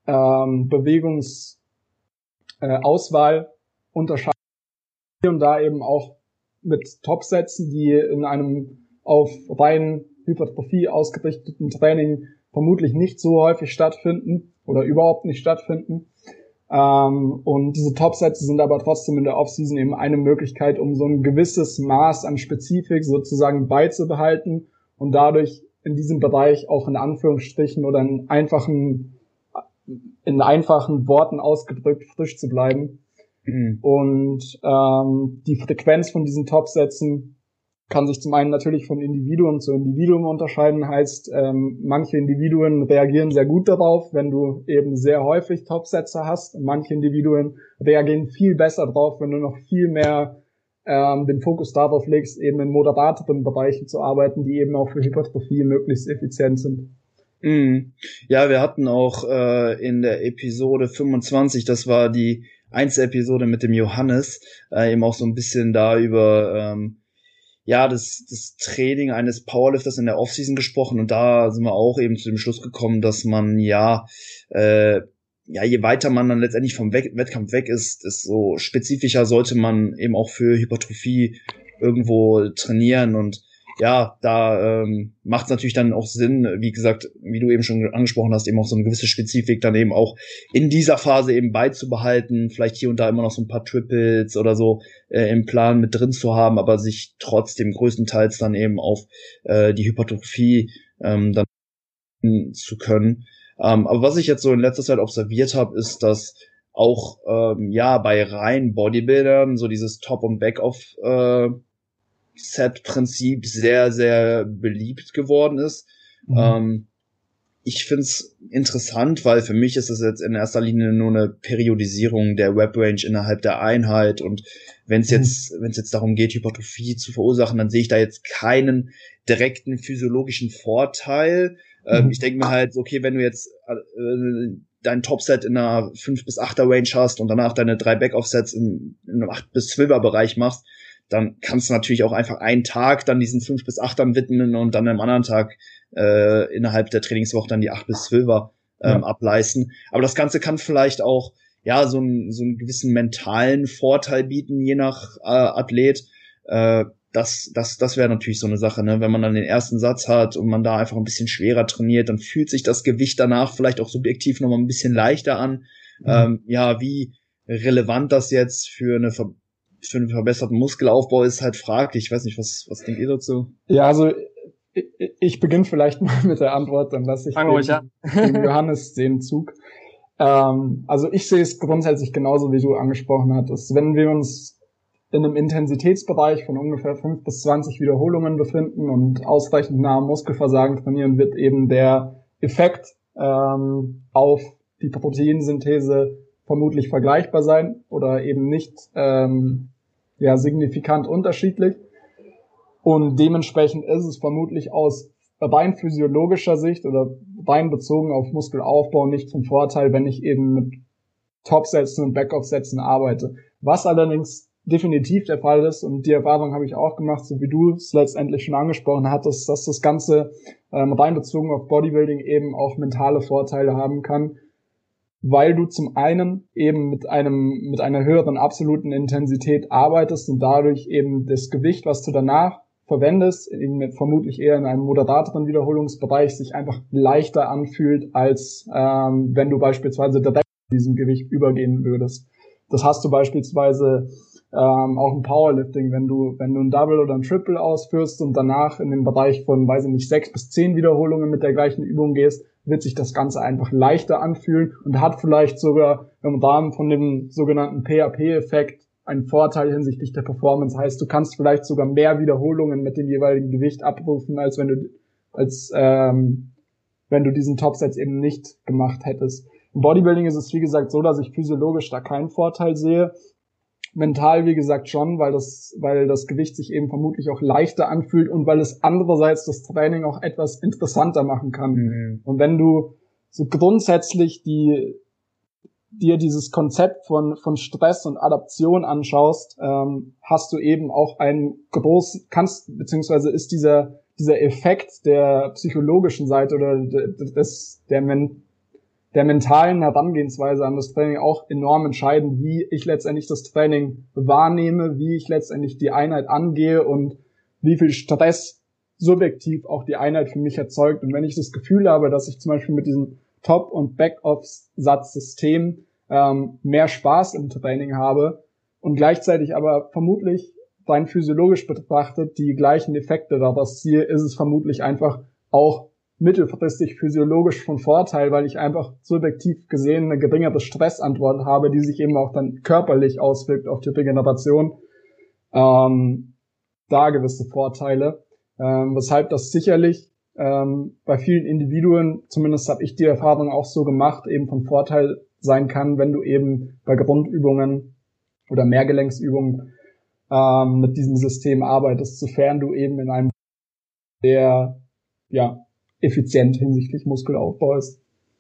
S2: Bewegungsauswahl unterscheiden, hier und da eben auch mit Topsätzen, die in einem auf rein Hypertrophie ausgerichteten Training vermutlich nicht so häufig stattfinden oder überhaupt nicht stattfinden. Und diese Topsätze sind aber trotzdem in der Offseason eben eine Möglichkeit, um so ein gewisses Maß an Spezifik sozusagen beizubehalten und dadurch in diesem Bereich auch in Anführungsstrichen oder in einfachen Worten ausgedrückt frisch zu bleiben. Mhm. Und die Frequenz von diesen Topsätzen kann sich zum einen natürlich von Individuum zu Individuum unterscheiden, heißt, manche Individuen reagieren sehr gut darauf, wenn du eben sehr häufig Topsätze hast, und manche Individuen reagieren viel besser drauf, wenn du noch viel mehr den Fokus darauf legst, eben in moderateren Bereichen zu arbeiten, die eben auch für Hypertrophie möglichst effizient sind.
S3: Ja, wir hatten auch in der Episode 25, das war die Einzelepisode mit dem Johannes, eben auch so ein bisschen da über das Training eines Powerlifters in der Offseason gesprochen, und da sind wir auch eben zu dem Schluss gekommen, dass man je weiter man dann letztendlich vom Wettkampf weg ist, desto spezifischer sollte man eben auch für Hypertrophie irgendwo trainieren. Und ja, da macht es natürlich dann auch Sinn, wie gesagt, wie du eben schon angesprochen hast, eben auch so eine gewisse Spezifik dann eben auch in dieser Phase eben beizubehalten, vielleicht hier und da immer noch so ein paar Triples oder so im Plan mit drin zu haben, aber sich trotzdem größtenteils dann eben auf die Hypertrophie dann zu können. Aber was ich jetzt so in letzter Zeit observiert habe, ist, dass auch bei reinen Bodybuildern so dieses Top- und Back-Off Set-Prinzip sehr, sehr beliebt geworden ist. Ich find's interessant, weil für mich ist es jetzt in erster Linie nur eine Periodisierung der Rep-Range innerhalb der Einheit, und wenn es jetzt darum geht, Hypertrophie zu verursachen, dann sehe ich da jetzt keinen direkten physiologischen Vorteil. Ich denke mir halt, okay, wenn du jetzt dein Topset in einer 5 bis 8er Range hast und danach deine 3 Back-Off-Sets in einem 8 bis 12er Bereich machst, dann kannst du natürlich auch einfach einen Tag dann diesen 5 bis 8ern widmen und dann am anderen Tag innerhalb der Trainingswoche dann die 8 bis 12er ableisten. Aber das Ganze kann vielleicht auch so einen gewissen mentalen Vorteil bieten, je nach Athlet. Das wäre natürlich so eine Sache, ne? Wenn man dann den ersten Satz hat und man da einfach ein bisschen schwerer trainiert, dann fühlt sich das Gewicht danach vielleicht auch subjektiv nochmal ein bisschen leichter an. Wie relevant das jetzt für einen verbesserten Muskelaufbau ist, halt fraglich. Ich weiß nicht, was denkt ihr dazu?
S2: Ja, also ich beginne vielleicht mal mit der Antwort, dann lasse ich den Johannes den Zug. Also ich sehe es grundsätzlich genauso, wie du angesprochen hattest. Wenn wir uns in einem Intensitätsbereich von ungefähr 5 bis 20 Wiederholungen befinden und ausreichend nah am Muskelversagen trainieren, wird eben der Effekt auf die Proteinsynthese vermutlich vergleichbar sein oder eben nicht signifikant unterschiedlich. Und dementsprechend ist es vermutlich aus rein physiologischer Sicht oder rein bezogen auf Muskelaufbau nicht zum Vorteil, wenn ich eben mit Topsätzen und Backoff-Sätzen arbeite. Was allerdings definitiv der Fall ist, und die Erfahrung habe ich auch gemacht, so wie du es letztendlich schon angesprochen hattest, dass das Ganze rein bezogen auf Bodybuilding eben auch mentale Vorteile haben kann, weil du zum einen eben mit einer höheren absoluten Intensität arbeitest und dadurch eben das Gewicht, was du danach verwendest, eben vermutlich eher in einem moderateren Wiederholungsbereich, sich einfach leichter anfühlt, als wenn du beispielsweise direkt zu diesem Gewicht übergehen würdest. Das hast du beispielsweise auch im Powerlifting, wenn du ein Double oder ein Triple ausführst und danach in den Bereich von, 6 bis 10 Wiederholungen mit der gleichen Übung gehst, wird sich das Ganze einfach leichter anfühlen und hat vielleicht sogar im Rahmen von dem sogenannten PAP-Effekt einen Vorteil hinsichtlich der Performance. Heißt, du kannst vielleicht sogar mehr Wiederholungen mit dem jeweiligen Gewicht abrufen, als wenn du diesen Topsets eben nicht gemacht hättest. Im Bodybuilding ist es, wie gesagt, so, dass ich physiologisch da keinen Vorteil sehe. Mental, wie gesagt, schon, weil das Gewicht sich eben vermutlich auch leichter anfühlt und weil es andererseits das Training auch etwas interessanter machen kann. Und wenn du so grundsätzlich dir dieses Konzept von Stress und Adaption anschaust, hast du eben auch beziehungsweise ist dieser Effekt der psychologischen Seite oder der mentalen Herangehensweise an das Training auch enorm entscheidend, wie ich letztendlich das Training wahrnehme, wie ich letztendlich die Einheit angehe und wie viel Stress subjektiv auch die Einheit für mich erzeugt. Und wenn ich das Gefühl habe, dass ich zum Beispiel mit diesem Top- und Back-Off-Satzsystem mehr Spaß im Training habe und gleichzeitig aber vermutlich rein physiologisch betrachtet die gleichen Effekte daraus ziehe, ist es vermutlich einfach auch mittelfristig physiologisch von Vorteil, weil ich einfach subjektiv gesehen eine geringere Stressantwort habe, die sich eben auch dann körperlich auswirkt auf die Regeneration. Da gewisse Vorteile, weshalb das sicherlich bei vielen Individuen, zumindest habe ich die Erfahrung auch so gemacht, eben von Vorteil sein kann, wenn du eben bei Grundübungen oder Mehrgelenksübungen mit diesem System arbeitest, sofern du eben in einem sehr effizient hinsichtlich Muskelaufbau ist.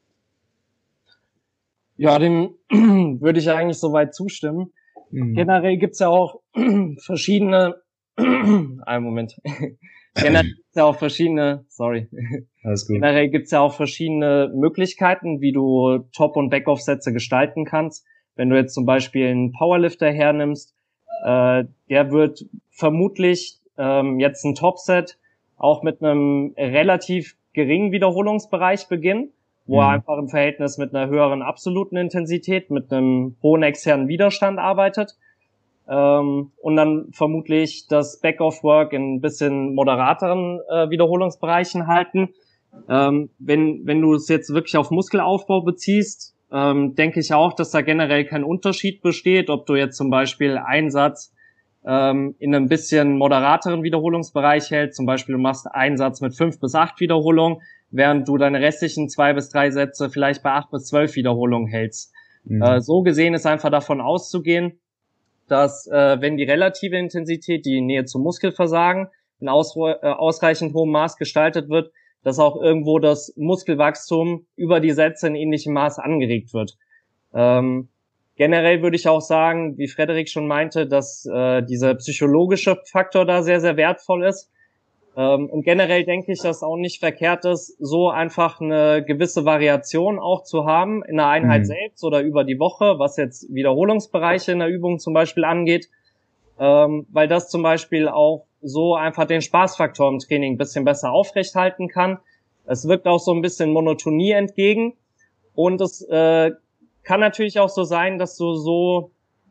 S1: Ja, dem würde ich eigentlich soweit zustimmen. Generell gibt's ja auch verschiedene einen Moment. Generell gibt's ja auch verschiedene,
S3: Alles gut.
S1: Generell gibt's ja auch verschiedene Möglichkeiten, wie du Top- und Back-Off-Sätze gestalten kannst. Wenn du jetzt zum Beispiel einen Powerlifter hernimmst, der wird vermutlich jetzt ein Top-Set auch mit einem relativ geringen Wiederholungsbereich beginnen, wo er einfach im Verhältnis mit einer höheren absoluten Intensität, mit einem hohen externen Widerstand arbeitet. Und dann vermutlich das Back-Off-Work in ein bisschen moderateren Wiederholungsbereichen halten. Wenn du es jetzt wirklich auf Muskelaufbau beziehst, denke ich auch, dass da generell kein Unterschied besteht, ob du jetzt zum Beispiel einen Satz in einem bisschen moderateren Wiederholungsbereich hältst, zum Beispiel du machst einen Satz mit 5 bis 8 Wiederholungen, während du deine restlichen 2 bis 3 Sätze vielleicht bei 8 bis 12 Wiederholungen hältst. So gesehen ist einfach davon auszugehen, dass wenn die relative Intensität, die Nähe zum Muskelversagen, in ausreichend hohem Maß gestaltet wird, dass auch irgendwo das Muskelwachstum über die Sätze in ähnlichem Maß angeregt wird. Generell würde ich auch sagen, wie Frederik schon meinte, dass dieser psychologische Faktor da sehr, sehr wertvoll ist. Und generell denke ich, dass auch nicht verkehrt ist, so einfach eine gewisse Variation auch zu haben in der Einheit selbst oder über die Woche, was jetzt Wiederholungsbereiche in der Übung zum Beispiel angeht, weil das zum Beispiel auch so einfach den Spaßfaktor im Training ein bisschen besser aufrechthalten kann. Es wirkt auch so ein bisschen Monotonie entgegen und es kann natürlich auch so sein, dass du so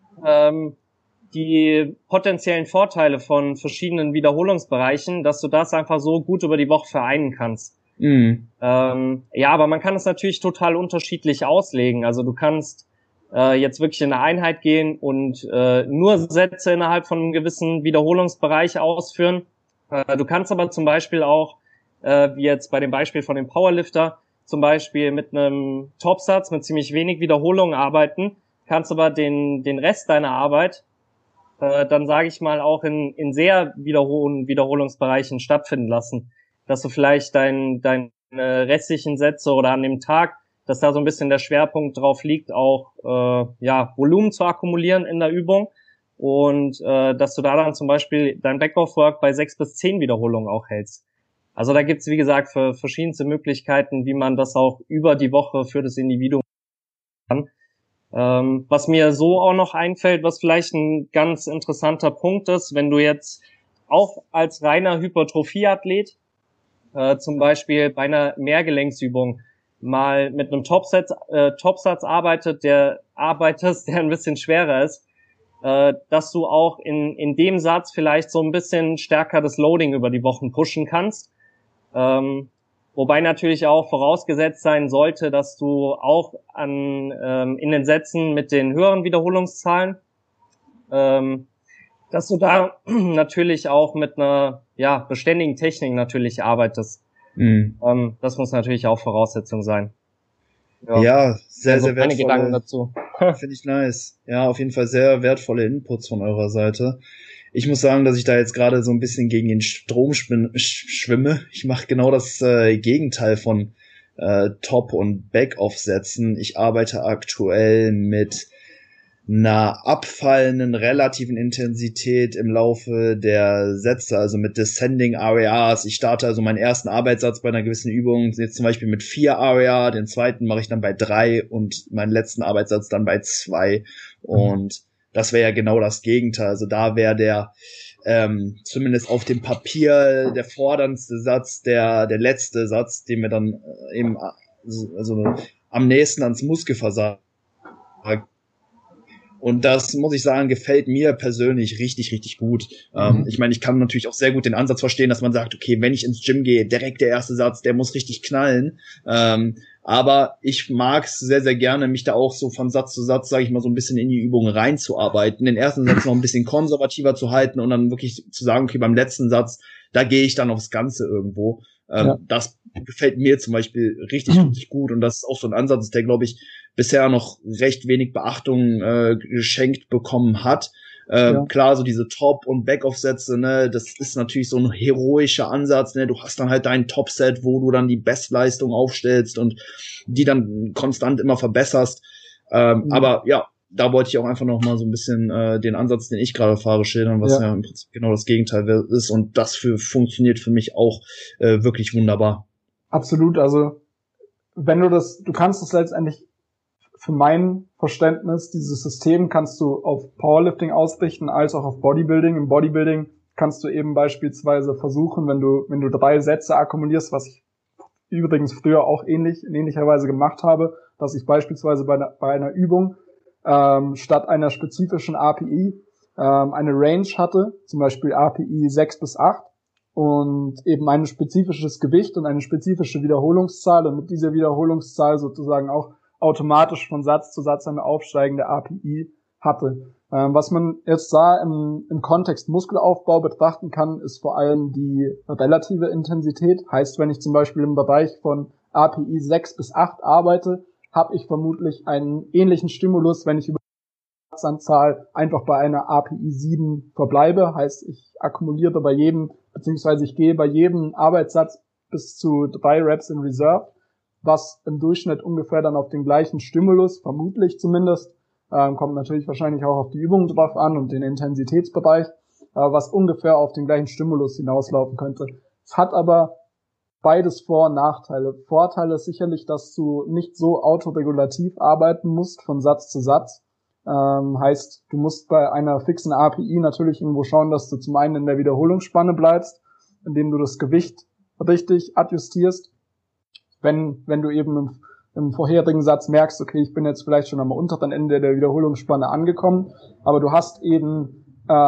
S1: die potenziellen Vorteile von verschiedenen Wiederholungsbereichen, dass du das einfach so gut über die Woche vereinen kannst. Aber man kann es natürlich total unterschiedlich auslegen. Also du kannst jetzt wirklich in eine Einheit gehen und nur Sätze innerhalb von einem gewissen Wiederholungsbereich ausführen. Du kannst aber zum Beispiel auch, wie jetzt bei dem Beispiel von dem Powerlifter, zum Beispiel mit einem Topsatz mit ziemlich wenig Wiederholungen arbeiten, kannst aber den Rest deiner Arbeit dann sage ich mal auch in sehr hohen Wiederholungsbereichen stattfinden lassen, dass du vielleicht deine restlichen Sätze oder an dem Tag, dass da so ein bisschen der Schwerpunkt drauf liegt, auch Volumen zu akkumulieren in der Übung und dass du da dann zum Beispiel dein Back-Off-Work bei 6 bis 10 Wiederholungen auch hältst. Also da gibt's wie gesagt für verschiedenste Möglichkeiten, wie man das auch über die Woche für das Individuum kann. Was mir so auch noch einfällt, was vielleicht ein ganz interessanter Punkt ist, wenn du jetzt auch als reiner Hypertrophieathlet zum Beispiel bei einer Mehrgelenksübung mal mit einem Topsatz arbeitest, der ein bisschen schwerer ist, dass du auch in dem Satz vielleicht so ein bisschen stärker das Loading über die Wochen pushen kannst. Wobei natürlich auch vorausgesetzt sein sollte, dass du auch in den Sätzen mit den höheren Wiederholungszahlen, dass du da natürlich auch mit einer beständigen Technik natürlich arbeitest. Das muss natürlich auch Voraussetzung sein.
S3: Ja, sehr,
S1: also
S3: sehr wertvolle.
S1: Meine Gedanken dazu.
S3: Finde ich nice. Ja, auf jeden Fall sehr wertvolle Inputs von eurer Seite. Ich muss sagen, dass ich da jetzt gerade so ein bisschen gegen den Strom schwimme. Ich mache genau das Gegenteil von Top- und Back-Off-Sätzen. Ich arbeite aktuell mit einer abfallenden relativen Intensität im Laufe der Sätze, also mit Descending RARs. Ich starte also meinen ersten Arbeitssatz bei einer gewissen Übung, jetzt zum Beispiel mit 4 RAR, den zweiten mache ich dann bei 3 und meinen letzten Arbeitssatz dann bei 2. Und das wäre ja genau das Gegenteil. Also da wäre zumindest auf dem Papier der forderndste Satz, der letzte Satz, den wir dann eben also am nächsten ans Muskelversagen. Und das, muss ich sagen, gefällt mir persönlich richtig, richtig gut. Ich meine, ich kann natürlich auch sehr gut den Ansatz verstehen, dass man sagt, okay, wenn ich ins Gym gehe, direkt der erste Satz, der muss richtig knallen. Aber ich mag es sehr, sehr gerne, mich da auch so von Satz zu Satz, sage ich mal, so ein bisschen in die Übung reinzuarbeiten, den ersten Satz noch ein bisschen konservativer zu halten und dann wirklich zu sagen, okay, beim letzten Satz, da gehe ich dann aufs Ganze irgendwo. Das gefällt mir zum Beispiel richtig, richtig gut und das ist auch so ein Ansatz, der, glaube ich, bisher noch recht wenig Beachtung geschenkt bekommen hat. Klar, so diese Top- und Back-Off-Sätze, ne, das ist natürlich so ein heroischer Ansatz, ne, du hast dann halt dein Top-Set, wo du dann die Bestleistung aufstellst und die dann konstant immer verbesserst. Aber ja, da wollte ich auch einfach noch mal so ein bisschen den Ansatz, den ich gerade fahre, schildern, was ja im Prinzip genau das Gegenteil ist und das funktioniert für mich auch wirklich wunderbar.
S2: Absolut, also du kannst es letztendlich für mein Verständnis, dieses System kannst du auf Powerlifting ausrichten, als auch auf Bodybuilding. Im Bodybuilding kannst du eben beispielsweise versuchen, wenn du 3 Sätze akkumulierst, was ich übrigens früher auch in ähnlicher Weise gemacht habe, dass ich beispielsweise bei einer Übung statt einer spezifischen API eine Range hatte, zum Beispiel API 6 bis 8 und eben ein spezifisches Gewicht und eine spezifische Wiederholungszahl und mit dieser Wiederholungszahl sozusagen auch automatisch von Satz zu Satz eine aufsteigende API hatte. Was man jetzt da im Kontext Muskelaufbau betrachten kann, ist vor allem die relative Intensität. Heißt, wenn ich zum Beispiel im Bereich von API 6 bis 8 arbeite, habe ich vermutlich einen ähnlichen Stimulus, wenn ich über die Satzanzahl einfach bei einer API 7 verbleibe. Heißt, ich akkumuliere bei jedem, beziehungsweise ich gehe bei jedem Arbeitssatz bis zu 3 Reps in Reserve, was im Durchschnitt ungefähr dann auf den gleichen Stimulus, vermutlich zumindest, kommt natürlich wahrscheinlich auch auf die Übung drauf an und den Intensitätsbereich, was ungefähr auf den gleichen Stimulus hinauslaufen könnte. Es hat aber beides Vor- und Nachteile. Vorteil ist sicherlich, dass du nicht so autoregulativ arbeiten musst von Satz zu Satz. Heißt, du musst bei einer fixen API natürlich irgendwo schauen, dass du zum einen in der Wiederholungsspanne bleibst, indem du das Gewicht richtig adjustierst. Wenn du eben im vorherigen Satz merkst, okay, ich bin jetzt vielleicht schon am unteren Ende der Wiederholungsspanne angekommen, aber du hast eben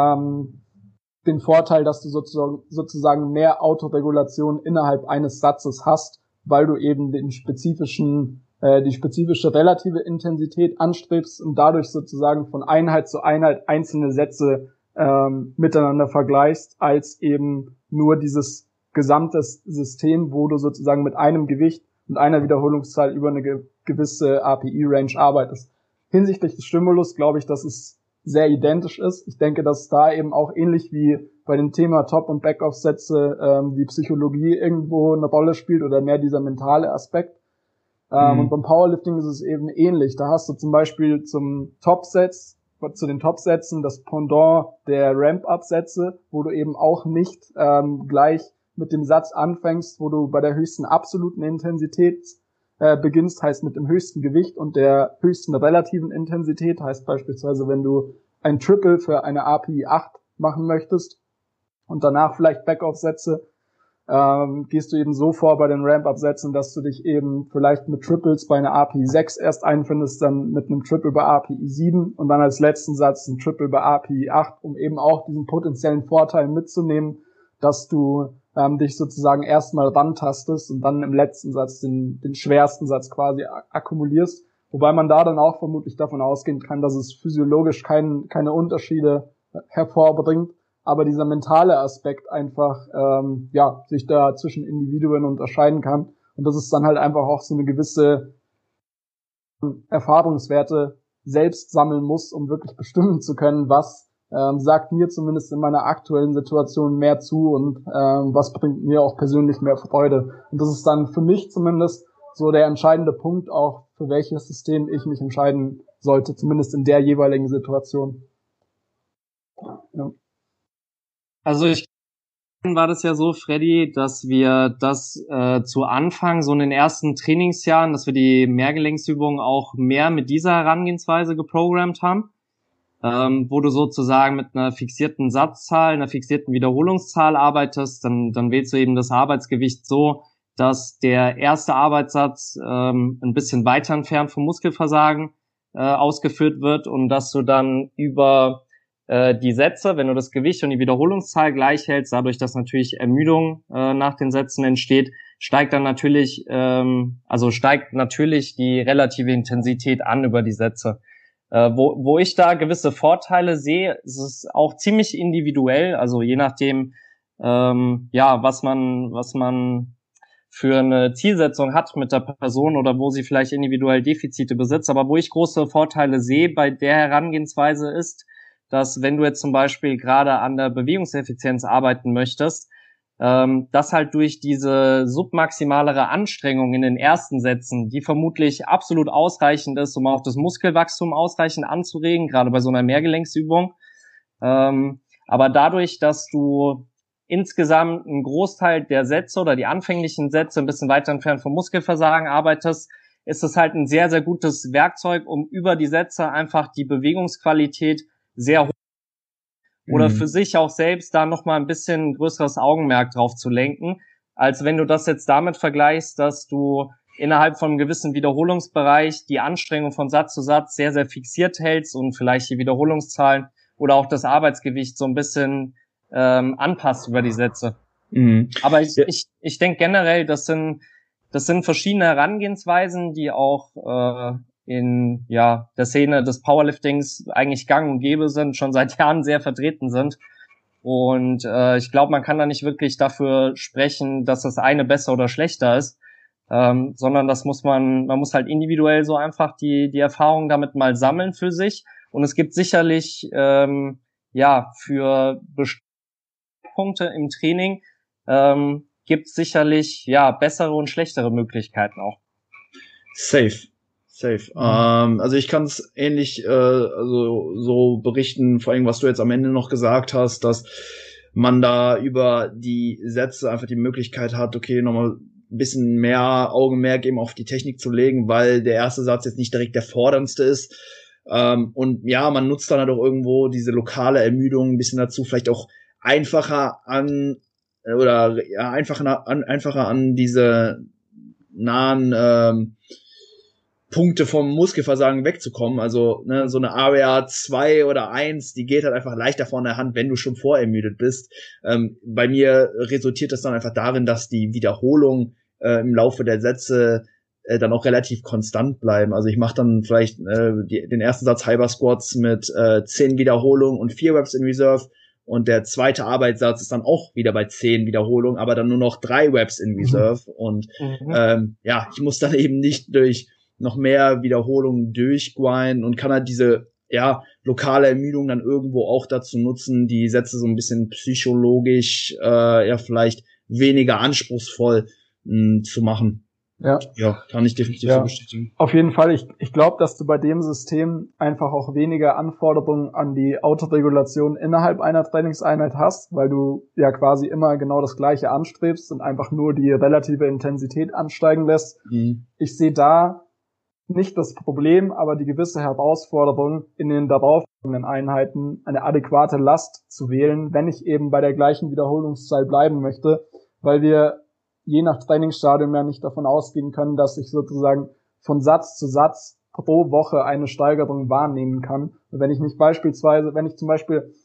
S2: den Vorteil, dass du sozusagen mehr Autoregulation innerhalb eines Satzes hast, weil du eben die spezifische relative Intensität anstrebst und dadurch sozusagen von Einheit zu Einheit einzelne Sätze miteinander vergleichst, als eben nur dieses gesamtes System, wo du sozusagen mit einem Gewicht und einer Wiederholungszahl über eine gewisse API-Range arbeitest. Hinsichtlich des Stimulus glaube ich, dass es sehr identisch ist. Ich denke, dass da eben auch ähnlich wie bei dem Thema Top- und Back-Off-Sätze die Psychologie irgendwo eine Rolle spielt oder mehr dieser mentale Aspekt. Und beim Powerlifting ist es eben ähnlich. Da hast du zum Beispiel zu den Top-Sätzen das Pendant der Ramp-Up-Sätze, wo du eben auch nicht gleich mit dem Satz anfängst, wo du bei der höchsten absoluten Intensität beginnst, heißt mit dem höchsten Gewicht und der höchsten relativen Intensität, heißt beispielsweise, wenn du ein Triple für eine API 8 machen möchtest und danach vielleicht Back-Off-Sätze, gehst du eben so vor bei den Ramp-Up-Sätzen, dass du dich eben vielleicht mit Triples bei einer API 6 erst einfindest, dann mit einem Triple bei API 7 und dann als letzten Satz ein Triple bei API 8, um eben auch diesen potenziellen Vorteil mitzunehmen, dass du dich sozusagen erstmal rantastest und dann im letzten Satz den schwersten Satz quasi akkumulierst. Wobei man da dann auch vermutlich davon ausgehen kann, dass es physiologisch keine Unterschiede hervorbringt, aber dieser mentale Aspekt einfach sich da zwischen Individuen unterscheiden kann. Und das ist dann halt einfach auch so eine gewisse Erfahrungswerte selbst sammeln muss, um wirklich bestimmen zu können, was sagt mir zumindest in meiner aktuellen Situation mehr zu und was bringt mir auch persönlich mehr Freude. Und das ist dann für mich zumindest so der entscheidende Punkt auch, für welches System ich mich entscheiden sollte, zumindest in der jeweiligen Situation. Ja.
S1: Also war das ja so, Freddy, dass wir das zu Anfang, so in den ersten Trainingsjahren, dass wir die Mehrgelenksübungen auch mehr mit dieser Herangehensweise geprogrammt haben. wo du sozusagen mit einer fixierten Satzzahl, einer fixierten Wiederholungszahl arbeitest, dann wählst du eben das Arbeitsgewicht so, dass der erste Arbeitssatz ein bisschen weiter entfernt vom Muskelversagen ausgeführt wird und dass du dann über die Sätze, wenn du das Gewicht und die Wiederholungszahl gleich hältst, dadurch, dass natürlich Ermüdung nach den Sätzen entsteht, steigt natürlich die relative Intensität an über die Sätze. Wo ich da gewisse Vorteile sehe, ist es auch ziemlich individuell, also je nachdem, was man für eine Zielsetzung hat mit der Person oder wo sie vielleicht individuell Defizite besitzt. Aber wo ich große Vorteile sehe bei der Herangehensweise ist, dass wenn du jetzt zum Beispiel gerade an der Bewegungseffizienz arbeiten möchtest, dass halt durch diese submaximalere Anstrengung in den ersten Sätzen, die vermutlich absolut ausreichend ist, um auch das Muskelwachstum ausreichend anzuregen, gerade bei so einer Mehrgelenksübung. Aber dadurch, dass du insgesamt einen Großteil der Sätze oder die anfänglichen Sätze ein bisschen weiter entfernt vom Muskelversagen arbeitest, ist es halt ein sehr, sehr gutes Werkzeug, um über die Sätze einfach die Bewegungsqualität sehr hoch oder für sich auch selbst da nochmal ein bisschen größeres Augenmerk drauf zu lenken, als wenn du das jetzt damit vergleichst, dass du innerhalb von einem gewissen Wiederholungsbereich die Anstrengung von Satz zu Satz sehr, sehr fixiert hältst und vielleicht die Wiederholungszahlen oder auch das Arbeitsgewicht so ein bisschen anpasst über die Sätze. Aber ich denke generell, das sind verschiedene Herangehensweisen, die auch in der Szene des Powerliftings eigentlich gang und gäbe sind, schon seit Jahren sehr vertreten sind. Und ich glaube, man kann da nicht wirklich dafür sprechen, dass das eine besser oder schlechter ist, sondern man muss halt individuell so einfach die Erfahrung damit mal sammeln für sich. Und es gibt sicherlich für bestimmte Punkte im Training gibt es sicherlich bessere und schlechtere Möglichkeiten auch.
S3: Safe. Also ich kann es ähnlich so berichten, vor allem was du jetzt am Ende noch gesagt hast, dass man da über die Sätze einfach die Möglichkeit hat, okay, nochmal ein bisschen mehr Augenmerk eben auf die Technik zu legen, weil der erste Satz jetzt nicht direkt der forderndste ist. Und ja, man nutzt dann halt auch irgendwo diese lokale Ermüdung ein bisschen dazu, vielleicht auch einfacher an diese nahen Punkte vom Muskelversagen wegzukommen. Also so eine Area 2 oder 1, die geht halt einfach leichter von der Hand, wenn du schon vorermüdet bist. Bei mir resultiert das dann einfach darin, dass die Wiederholungen im Laufe der Sätze dann auch relativ konstant bleiben. Also ich mache dann vielleicht den ersten Satz Hyper Squats mit 10 Wiederholungen und 4 Reps in Reserve. Und der zweite Arbeitssatz ist dann auch wieder bei 10 Wiederholungen, aber dann nur noch 3 Reps in Reserve. Und ich muss dann eben nicht durch noch mehr Wiederholungen durchgrinden und kann halt diese lokale Ermüdung dann irgendwo auch dazu nutzen, die Sätze so ein bisschen psychologisch vielleicht weniger anspruchsvoll zu machen. Ja, kann ich definitiv so bestätigen.
S2: Auf jeden Fall. Ich glaube, dass du bei dem System einfach auch weniger Anforderungen an die Autoregulation innerhalb einer Trainingseinheit hast, weil du ja quasi immer genau das Gleiche anstrebst und einfach nur die relative Intensität ansteigen lässt. Ich sehe da nicht das Problem, aber die gewisse Herausforderung, in den darauffolgenden Einheiten eine adäquate Last zu wählen, wenn ich eben bei der gleichen Wiederholungszahl bleiben möchte, weil wir je nach Trainingsstadium ja nicht davon ausgehen können, dass ich sozusagen von Satz zu Satz pro Woche eine Steigerung wahrnehmen kann. Und wenn ich zum Beispiel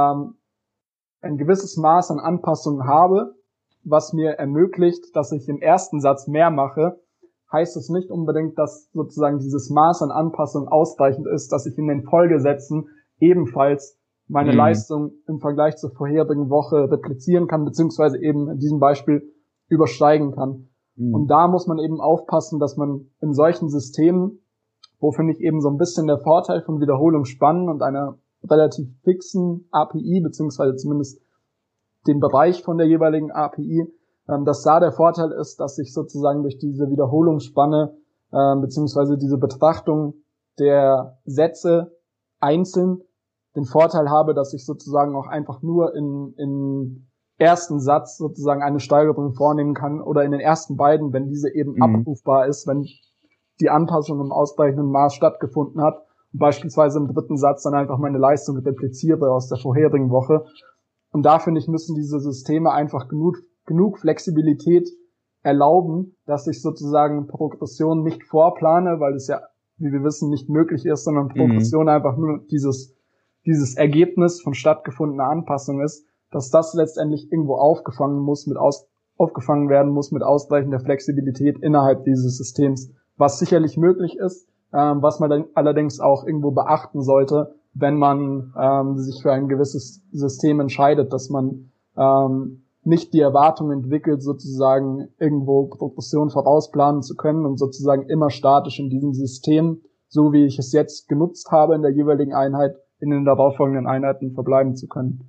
S2: ein gewisses Maß an Anpassung habe, was mir ermöglicht, dass ich im ersten Satz mehr mache, heißt es nicht unbedingt, dass sozusagen dieses Maß an Anpassung ausreichend ist, dass ich in den Folgesätzen ebenfalls meine Leistung im Vergleich zur vorherigen Woche replizieren kann, beziehungsweise eben in diesem Beispiel übersteigen kann. Und da muss man eben aufpassen, dass man in solchen Systemen, wo finde ich eben so ein bisschen der Vorteil von Wiederholungsspannen und einer relativ fixen API, beziehungsweise zumindest dem Bereich von der jeweiligen API, dass da der Vorteil ist, dass ich sozusagen durch diese Wiederholungsspanne beziehungsweise diese Betrachtung der Sätze einzeln den Vorteil habe, dass ich sozusagen auch einfach nur in ersten Satz sozusagen eine Steigerung vornehmen kann oder in den ersten beiden, wenn diese eben abrufbar ist, wenn die Anpassung im ausreichenden Maß stattgefunden hat beispielsweise im dritten Satz dann einfach meine Leistung repliziere aus der vorherigen Woche. Und da, finde ich, müssen diese Systeme einfach genug Flexibilität erlauben, dass ich sozusagen Progression nicht vorplane, weil es ja, wie wir wissen, nicht möglich ist, sondern Progression einfach nur dieses Ergebnis von stattgefundener Anpassung ist, dass das letztendlich irgendwo aufgefangen werden muss mit ausreichender Flexibilität innerhalb dieses Systems, was sicherlich möglich ist, was man dann allerdings auch irgendwo beachten sollte, wenn man sich für ein gewisses System entscheidet, dass man nicht die Erwartung entwickelt, sozusagen irgendwo Progression vorausplanen zu können und sozusagen immer statisch in diesem System, so wie ich es jetzt genutzt habe in der jeweiligen Einheit, in den darauffolgenden Einheiten verbleiben zu können.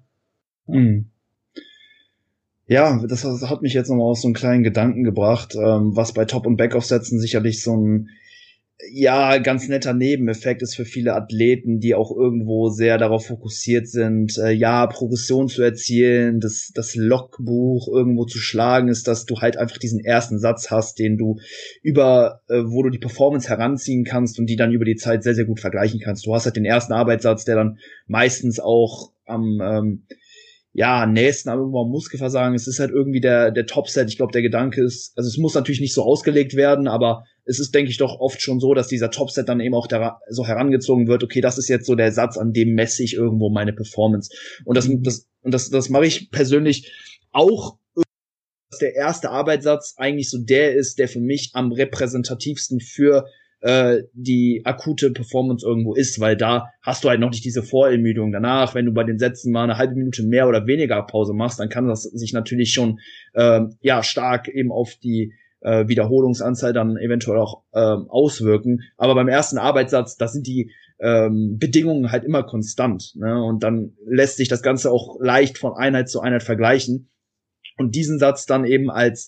S3: Ja, das hat mich jetzt nochmal auf so einen kleinen Gedanken gebracht, was bei Top- und Backoff-Sätzen sicherlich so ein ganz netter Nebeneffekt ist für viele Athleten, die auch irgendwo sehr darauf fokussiert sind, Progression zu erzielen, das Logbuch irgendwo zu schlagen, ist, dass du halt einfach diesen ersten Satz hast, den du wo du die Performance heranziehen kannst und die dann über die Zeit sehr, sehr gut vergleichen kannst. Du hast halt den ersten Arbeitssatz, der dann meistens auch am nächsten irgendwo am Muskelversagen. Es ist halt irgendwie der Topset. Ich glaube, der Gedanke ist, also es muss natürlich nicht so ausgelegt werden, aber es ist, denke ich, doch oft schon so, dass dieser Topset dann eben auch so herangezogen wird, okay, das ist jetzt so der Satz, an dem messe ich irgendwo meine Performance. Und das mache ich persönlich auch, dass der erste Arbeitssatz eigentlich so der ist, der für mich am repräsentativsten für die akute Performance irgendwo ist, weil da hast du halt noch nicht diese Vorermüdung. Danach, wenn du bei den Sätzen mal eine halbe Minute mehr oder weniger Pause machst, dann kann das sich natürlich schon stark eben auf die Wiederholungsanzahl dann eventuell auch auswirken. Aber beim ersten Arbeitssatz, da sind die Bedingungen halt immer konstant, ne? Und dann lässt sich das Ganze auch leicht von Einheit zu Einheit vergleichen. Und diesen Satz dann eben als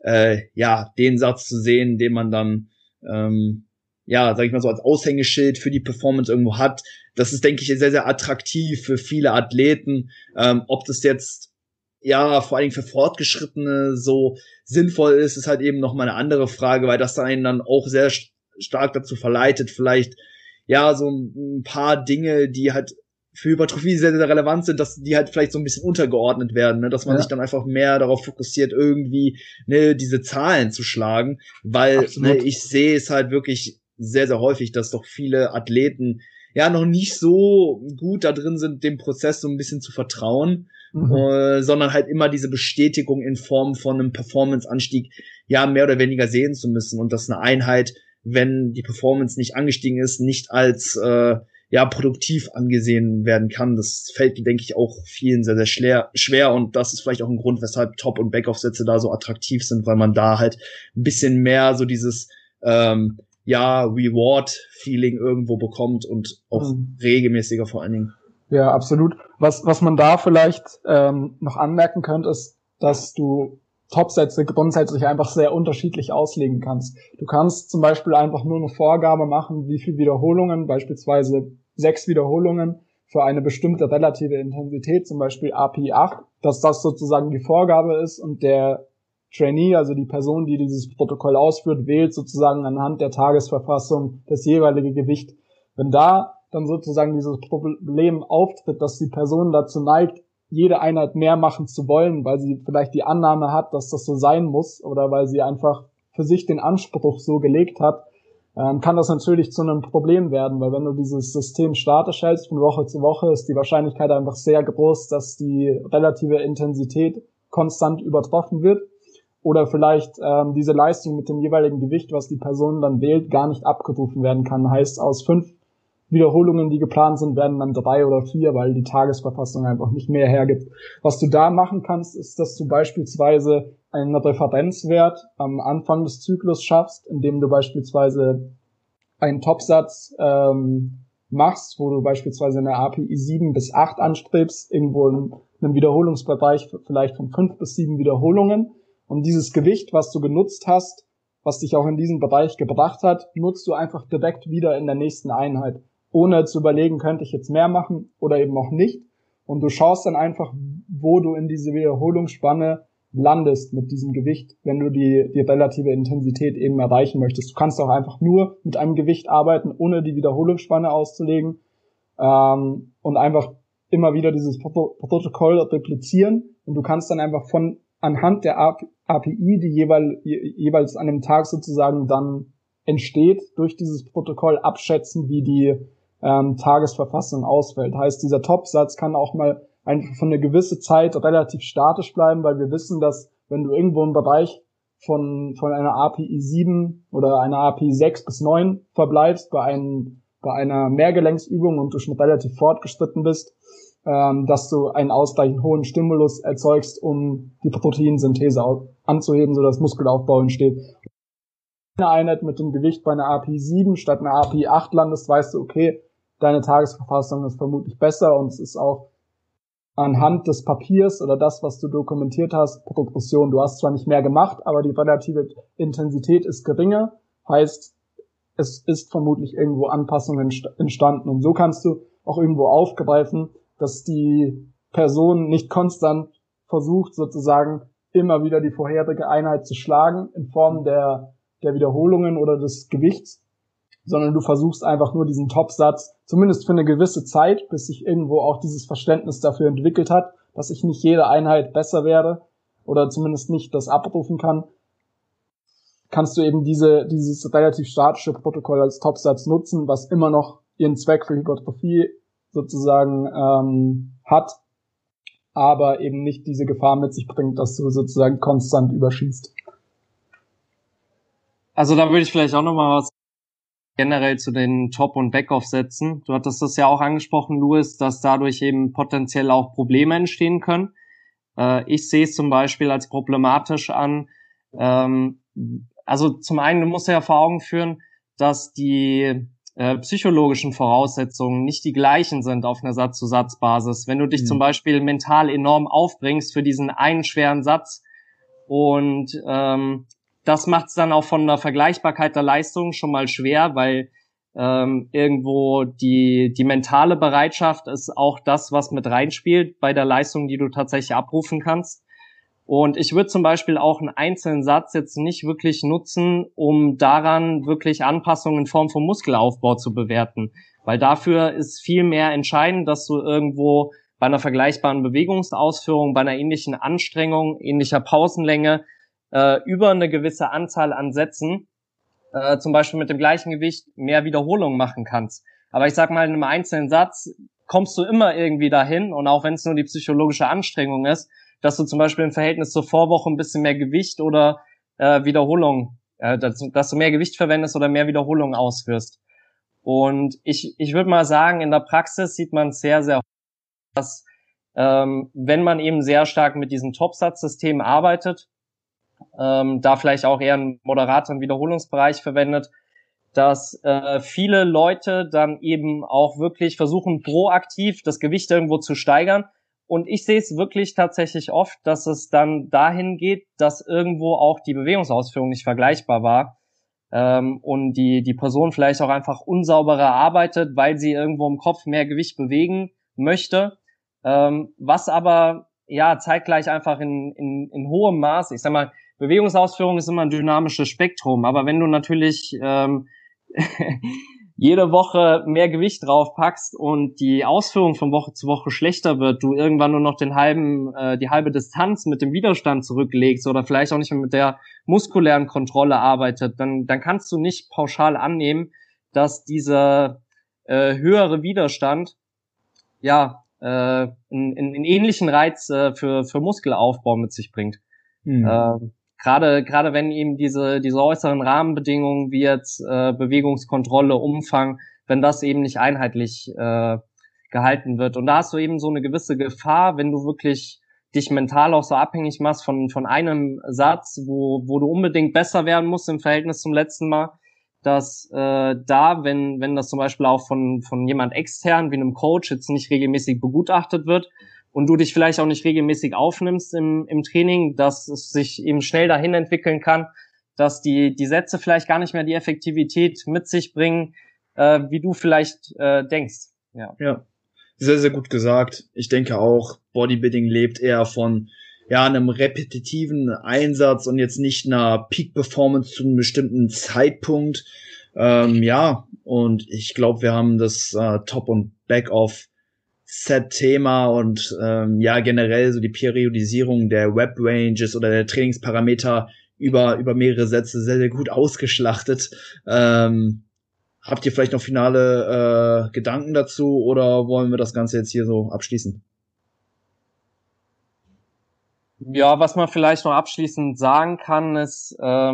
S3: den Satz zu sehen, den man dann sag ich mal so, als Aushängeschild für die Performance irgendwo hat. Das ist, denke ich, sehr, sehr attraktiv für viele Athleten. Ob das jetzt, vor allen Dingen für Fortgeschrittene so sinnvoll ist halt eben noch mal eine andere Frage, weil das einen dann auch sehr stark dazu verleitet, vielleicht, so ein paar Dinge, die halt für Hypertrophie sehr, sehr relevant sind, dass die halt vielleicht so ein bisschen untergeordnet werden, ne? Dass man sich dann einfach mehr darauf fokussiert, irgendwie diese Zahlen zu schlagen, weil ich sehe es halt wirklich sehr, sehr häufig, dass doch viele Athleten noch nicht so gut da drin sind, dem Prozess so ein bisschen zu vertrauen, sondern halt immer diese Bestätigung in Form von einem Performance-Anstieg mehr oder weniger sehen zu müssen und dass eine Einheit, wenn die Performance nicht angestiegen ist, nicht als produktiv angesehen werden kann. Das fällt, denke ich, auch vielen sehr, sehr schwer und das ist vielleicht auch ein Grund, weshalb Top- und Backoff-Sätze da so attraktiv sind, weil man da halt ein bisschen mehr so dieses Reward-Feeling irgendwo bekommt und auch regelmäßiger vor allen Dingen.
S2: Ja, absolut. Was man da vielleicht noch anmerken könnte, ist, dass du Topsätze grundsätzlich einfach sehr unterschiedlich auslegen kannst. Du kannst zum Beispiel einfach nur eine Vorgabe machen, wie viele Wiederholungen, beispielsweise 6 Wiederholungen für eine bestimmte relative Intensität, zum Beispiel API 8, dass das sozusagen die Vorgabe ist und der Trainee, also die Person, die dieses Protokoll ausführt, wählt sozusagen anhand der Tagesverfassung das jeweilige Gewicht. Wenn da dann sozusagen dieses Problem auftritt, dass die Person dazu neigt, jede Einheit mehr machen zu wollen, weil sie vielleicht die Annahme hat, dass das so sein muss oder weil sie einfach für sich den Anspruch so gelegt hat, kann das natürlich zu einem Problem werden, weil wenn du dieses System statisch hältst von Woche zu Woche, ist die Wahrscheinlichkeit einfach sehr groß, dass die relative Intensität konstant übertroffen wird oder vielleicht diese Leistung mit dem jeweiligen Gewicht, was die Person dann wählt, gar nicht abgerufen werden kann. Heißt, aus 5 Wiederholungen, die geplant sind, werden dann 3 oder 4, weil die Tagesverfassung einfach nicht mehr hergibt. Was du da machen kannst, ist, dass du beispielsweise einen Referenzwert am Anfang des Zyklus schaffst, indem du beispielsweise einen Topsatz machst, wo du beispielsweise eine API 7 bis 8 anstrebst, irgendwo in einem Wiederholungsbereich vielleicht von 5 bis 7 Wiederholungen. Und dieses Gewicht, was du genutzt hast, was dich auch in diesen Bereich gebracht hat, nutzt du einfach direkt wieder in der nächsten Einheit, ohne zu überlegen, könnte ich jetzt mehr machen oder eben auch nicht. Und du schaust dann einfach, wo du in diese Wiederholungsspanne landest mit diesem Gewicht, wenn du die relative Intensität eben erreichen möchtest. Du kannst auch einfach nur mit einem Gewicht arbeiten, ohne die Wiederholungsspanne auszulegen, und einfach immer wieder dieses Protokoll replizieren, und du kannst dann einfach anhand der API, die jeweils an dem Tag sozusagen dann entsteht, durch dieses Protokoll abschätzen, wie die Tagesverfassung ausfällt. Heißt, dieser Topsatz kann auch mal einfach für eine gewisse Zeit relativ statisch bleiben, weil wir wissen, dass wenn du irgendwo im Bereich von einer API 7 oder einer API 6 bis 9 verbleibst bei einer Mehrgelenksübung und du schon relativ fortgeschritten bist, dass du einen ausreichend hohen Stimulus erzeugst, um die Proteinsynthese anzuheben, sodass Muskelaufbau entsteht. Eine Einheit mit dem Gewicht bei einer API 7 statt einer API 8 landest, weißt du, okay, deine Tagesverfassung ist vermutlich besser, und es ist auch anhand des Papiers oder das, was du dokumentiert hast, Progression. Du hast zwar nicht mehr gemacht, aber die relative Intensität ist geringer, heißt, es ist vermutlich irgendwo Anpassung entstanden, und so kannst du auch irgendwo aufgreifen, dass die Person nicht konstant versucht, sozusagen immer wieder die vorherige Einheit zu schlagen in Form der Wiederholungen oder des Gewichts, sondern du versuchst einfach nur diesen Topsatz, zumindest für eine gewisse Zeit, bis sich irgendwo auch dieses Verständnis dafür entwickelt hat, dass ich nicht jede Einheit besser werde oder zumindest nicht das abrufen kann, kannst du eben dieses relativ statische Protokoll als Topsatz nutzen, was immer noch ihren Zweck für Hypertrophie sozusagen hat, aber eben nicht diese Gefahr mit sich bringt, dass du sozusagen konstant überschießt.
S1: Also da würde ich vielleicht auch nochmal was generell zu den Top- und Backoff-Sätzen. Du hattest das ja auch angesprochen, Louis, dass dadurch eben potenziell auch Probleme entstehen können. Ich sehe es zum Beispiel als problematisch an. Also zum einen, du musst ja vor Augen führen, dass die psychologischen Voraussetzungen nicht die gleichen sind auf einer Satz-zu-Satz-Basis. Wenn du dich zum Beispiel mental enorm aufbringst für diesen einen schweren Satz, und das macht es dann auch von der Vergleichbarkeit der Leistung schon mal schwer, weil irgendwo die mentale Bereitschaft ist auch das, was mit reinspielt bei der Leistung, die du tatsächlich abrufen kannst. Und ich würde zum Beispiel auch einen einzelnen Satz jetzt nicht wirklich nutzen, um daran wirklich Anpassungen in Form von Muskelaufbau zu bewerten. Weil dafür ist viel mehr entscheidend, dass du irgendwo bei einer vergleichbaren Bewegungsausführung, bei einer ähnlichen Anstrengung, ähnlicher Pausenlänge, über eine gewisse Anzahl an Sätzen, zum Beispiel mit dem gleichen Gewicht, mehr Wiederholungen machen kannst. Aber ich sag mal, in einem einzelnen Satz kommst du immer irgendwie dahin, und auch wenn es nur die psychologische Anstrengung ist, dass du zum Beispiel im Verhältnis zur Vorwoche ein bisschen mehr Gewicht oder Wiederholung, dass du mehr Gewicht verwendest oder mehr Wiederholungen ausführst. Und ich würde mal sagen, in der Praxis sieht man sehr, sehr, dass wenn man eben sehr stark mit diesem Topsatz-System arbeitet, da vielleicht auch eher einen moderateren Wiederholungsbereich verwendet, dass viele Leute dann eben auch wirklich versuchen, proaktiv das Gewicht irgendwo zu steigern. Und ich sehe es wirklich tatsächlich oft, dass es dann dahin geht, dass irgendwo auch die Bewegungsausführung nicht vergleichbar war, und die Person vielleicht auch einfach unsauberer arbeitet, weil sie irgendwo im Kopf mehr Gewicht bewegen möchte, was aber ja zeitgleich einfach in hohem Maß, ich sag mal, Bewegungsausführung ist immer ein dynamisches Spektrum, aber wenn du natürlich jede Woche mehr Gewicht draufpackst und die Ausführung von Woche zu Woche schlechter wird, du irgendwann nur noch die halbe Distanz mit dem Widerstand zurücklegst oder vielleicht auch nicht mehr mit der muskulären Kontrolle arbeitet, dann kannst du nicht pauschal annehmen, dass dieser höhere Widerstand ja einen ähnlichen Reiz für Muskelaufbau mit sich bringt. Gerade wenn eben diese äußeren Rahmenbedingungen wie jetzt Bewegungskontrolle, Umfang, wenn das eben nicht einheitlich gehalten wird. Und da hast du eben so eine gewisse Gefahr, wenn du wirklich dich mental auch so abhängig machst von einem Satz, wo du unbedingt besser werden musst im Verhältnis zum letzten Mal, dass wenn das zum Beispiel auch von jemand extern wie einem Coach jetzt nicht regelmäßig begutachtet wird, und du dich vielleicht auch nicht regelmäßig aufnimmst im Training, dass es sich eben schnell dahin entwickeln kann, dass die Sätze vielleicht gar nicht mehr die Effektivität mit sich bringen, wie du vielleicht denkst.
S3: Ja, sehr, sehr gut gesagt. Ich denke auch, Bodybuilding lebt eher von einem repetitiven Einsatz und jetzt nicht einer Peak-Performance zu einem bestimmten Zeitpunkt. Und ich glaube, wir haben das Top- und Back-Off-Set-Thema und generell so die Periodisierung der Web-Ranges oder der Trainingsparameter über mehrere Sätze sehr, sehr gut ausgeschlachtet. Habt ihr vielleicht noch finale Gedanken dazu oder wollen wir das Ganze jetzt hier so abschließen?
S1: Ja, was man vielleicht noch abschließend sagen kann, ist,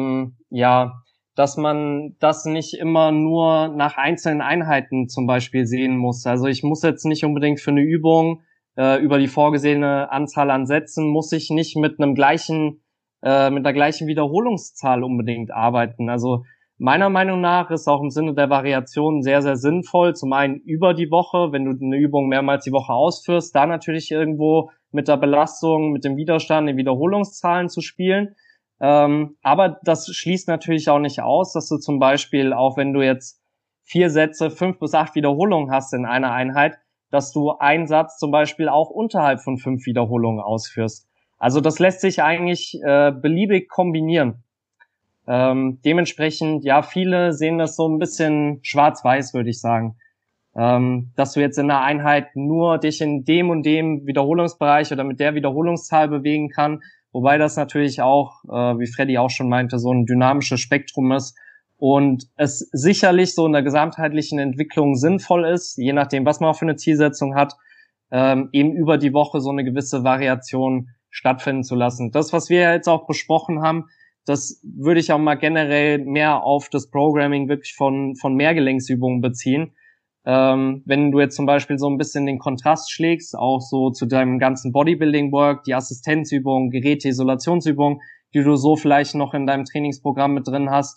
S1: dass man das nicht immer nur nach einzelnen Einheiten zum Beispiel sehen muss. Also ich muss jetzt nicht unbedingt für eine Übung über die vorgesehene Anzahl an Sätzen, muss ich nicht mit einer gleichen Wiederholungszahl unbedingt arbeiten. Also meiner Meinung nach ist auch im Sinne der Variation sehr, sehr sinnvoll. Zum einen über die Woche, wenn du eine Übung mehrmals die Woche ausführst, da natürlich irgendwo mit der Belastung, mit dem Widerstand, den Wiederholungszahlen zu spielen. Aber das schließt natürlich auch nicht aus, dass du zum Beispiel, auch wenn du jetzt 4 Sätze, 5 bis 8 Wiederholungen hast in einer Einheit, dass du einen Satz zum Beispiel auch unterhalb von 5 Wiederholungen ausführst. Also das lässt sich eigentlich beliebig kombinieren. Dementsprechend, ja, viele sehen das so ein bisschen schwarz-weiß, würde ich sagen. Dass du jetzt in einer Einheit nur dich in dem und dem Wiederholungsbereich oder mit der Wiederholungszahl bewegen kann, wobei das natürlich auch, wie Freddy auch schon meinte, so ein dynamisches Spektrum ist und es sicherlich so in der gesamtheitlichen Entwicklung sinnvoll ist, je nachdem, was man auch für eine Zielsetzung hat, eben über die Woche so eine gewisse Variation stattfinden zu lassen. Das, was wir jetzt auch besprochen haben, das würde ich auch mal generell mehr auf das Programming wirklich von Mehrgelenksübungen beziehen. Wenn du jetzt zum Beispiel so ein bisschen den Kontrast schlägst, auch so zu deinem ganzen Bodybuilding-Work, die Assistenzübungen, Geräte, Isolationsübungen, die du so vielleicht noch in deinem Trainingsprogramm mit drin hast,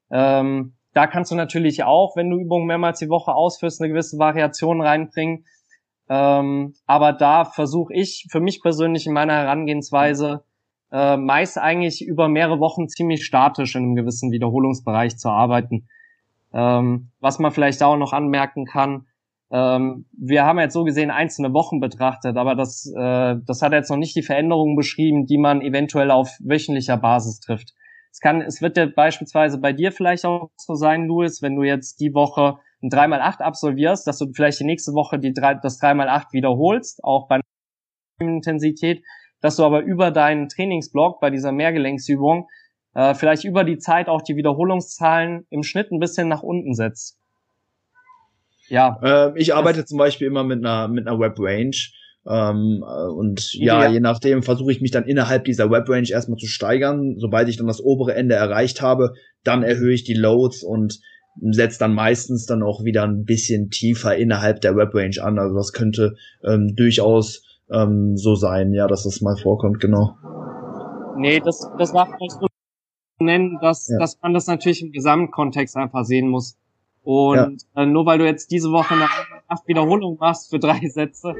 S1: da kannst du natürlich auch, wenn du Übungen mehrmals die Woche ausführst, eine gewisse Variation reinbringen. Aber da versuche ich für mich persönlich in meiner Herangehensweise meist eigentlich über mehrere Wochen ziemlich statisch in einem gewissen Wiederholungsbereich zu arbeiten. Was man vielleicht auch noch anmerken kann, wir haben jetzt so gesehen einzelne Wochen betrachtet, aber das hat jetzt noch nicht die Veränderungen beschrieben, die man eventuell auf wöchentlicher Basis trifft. Es wird ja beispielsweise bei dir vielleicht auch so sein, Louis, wenn du jetzt die Woche ein 3x8 absolvierst, dass du vielleicht die nächste Woche das 3x8 wiederholst, auch bei Intensität, dass du aber über deinen Trainingsblock bei dieser Mehrgelenksübung vielleicht über die Zeit auch die Wiederholungszahlen im Schnitt ein bisschen nach unten setzt.
S3: Ja. Ich arbeite zum Beispiel immer mit einer Web-Range. Je nachdem versuche ich mich dann innerhalb dieser Web-Range erstmal zu steigern. Sobald ich dann das obere Ende erreicht habe, dann erhöhe ich die Loads und setze dann meistens dann auch wieder ein bisschen tiefer innerhalb der Web-Range an. Also das könnte durchaus so sein, ja, dass das mal vorkommt, genau.
S1: Nee, das darf man nicht so nennen, dass man das natürlich im Gesamtkontext einfach sehen muss. Und nur weil du jetzt diese Woche eine 8 Wiederholung machst für 3 Sätze,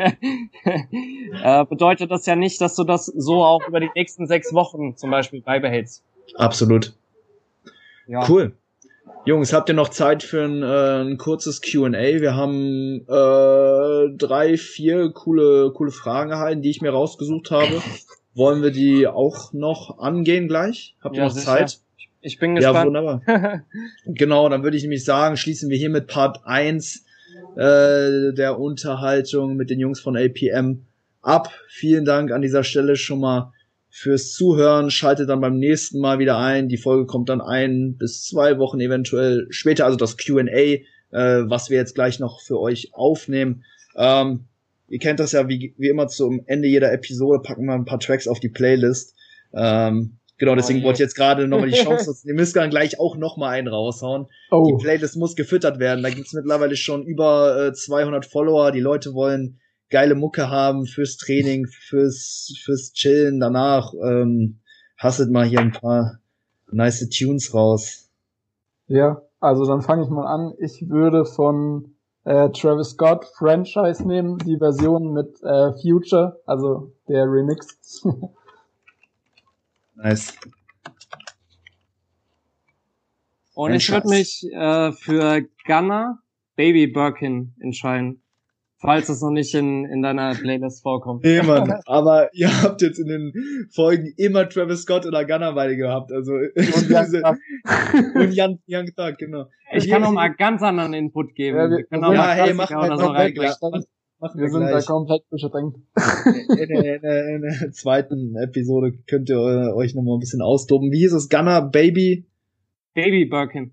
S1: bedeutet das ja nicht, dass du das so auch über die nächsten 6 Wochen zum Beispiel beibehältst.
S3: Absolut. Ja. Cool. Jungs, habt ihr noch Zeit für ein kurzes Q&A? Wir haben 3, 4 coole Fragen erhalten, die ich mir rausgesucht habe. Wollen wir die auch noch angehen gleich? Habt ihr noch sicher. Zeit?
S1: Ich bin gespannt.
S3: Ja, wunderbar. Genau, dann würde ich nämlich sagen, schließen wir hier mit Part 1 der Unterhaltung mit den Jungs von APM ab. Vielen Dank an dieser Stelle schon mal fürs Zuhören. Schaltet dann beim nächsten Mal wieder ein. Die Folge kommt dann 1 bis 2 Wochen eventuell später, also das Q&A, was wir jetzt gleich noch für euch aufnehmen. Ihr kennt das ja wie immer zum Ende jeder Episode, packen wir ein paar Tracks auf die Playlist. Genau, deswegen wollte ich jetzt gerade nochmal die Chance nutzen. Ihr müsst dann gleich auch nochmal einen raushauen. Die Playlist muss gefüttert werden. Da gibt's mittlerweile schon über 200 Follower. Die Leute wollen geile Mucke haben fürs Training, fürs Chillen danach. Hasselt mal hier ein paar nice Tunes raus.
S2: Ja, also dann fange ich mal an. Ich würde von Travis Scott Franchise nehmen, die Version mit Future, also der Remix.
S3: Nice.
S1: Und ich würde mich für Gunna Baby Birkin entscheiden. Falls es noch nicht in deiner Playlist vorkommt.
S3: Nee, Mann, aber ihr habt jetzt in den Folgen immer Travis Scott oder Gunna beide gehabt, also
S2: Und
S3: Young Thug, genau.
S1: Ich kann noch mal ganz anderen Input geben.
S2: Ja,
S1: wir können
S2: ja,
S1: auch mal
S3: hey,
S1: Klassiker
S3: mach
S1: oder
S3: mal
S1: so
S3: noch weg,
S1: reinbringen.
S2: Wir sind da komplett beschränkt.
S3: In der zweiten Episode könnt ihr euch noch mal ein bisschen austoben. Wie hieß es? Gunna, Baby?
S1: Baby Birkin.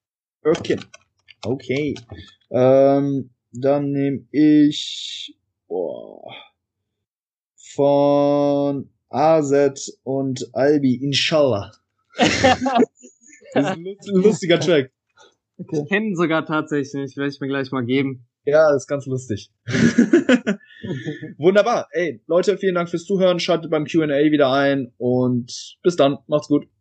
S3: Okay. Dann nehme ich von AZ und Albi, Inshallah. Das ist ein lustiger Track.
S1: Okay. Ich kenne ihn sogar tatsächlich, werde ich mir gleich mal geben.
S3: Ja, ist ganz lustig. Wunderbar. Ey, Leute, vielen Dank fürs Zuhören. Schaltet beim Q&A wieder ein und bis dann. Macht's gut.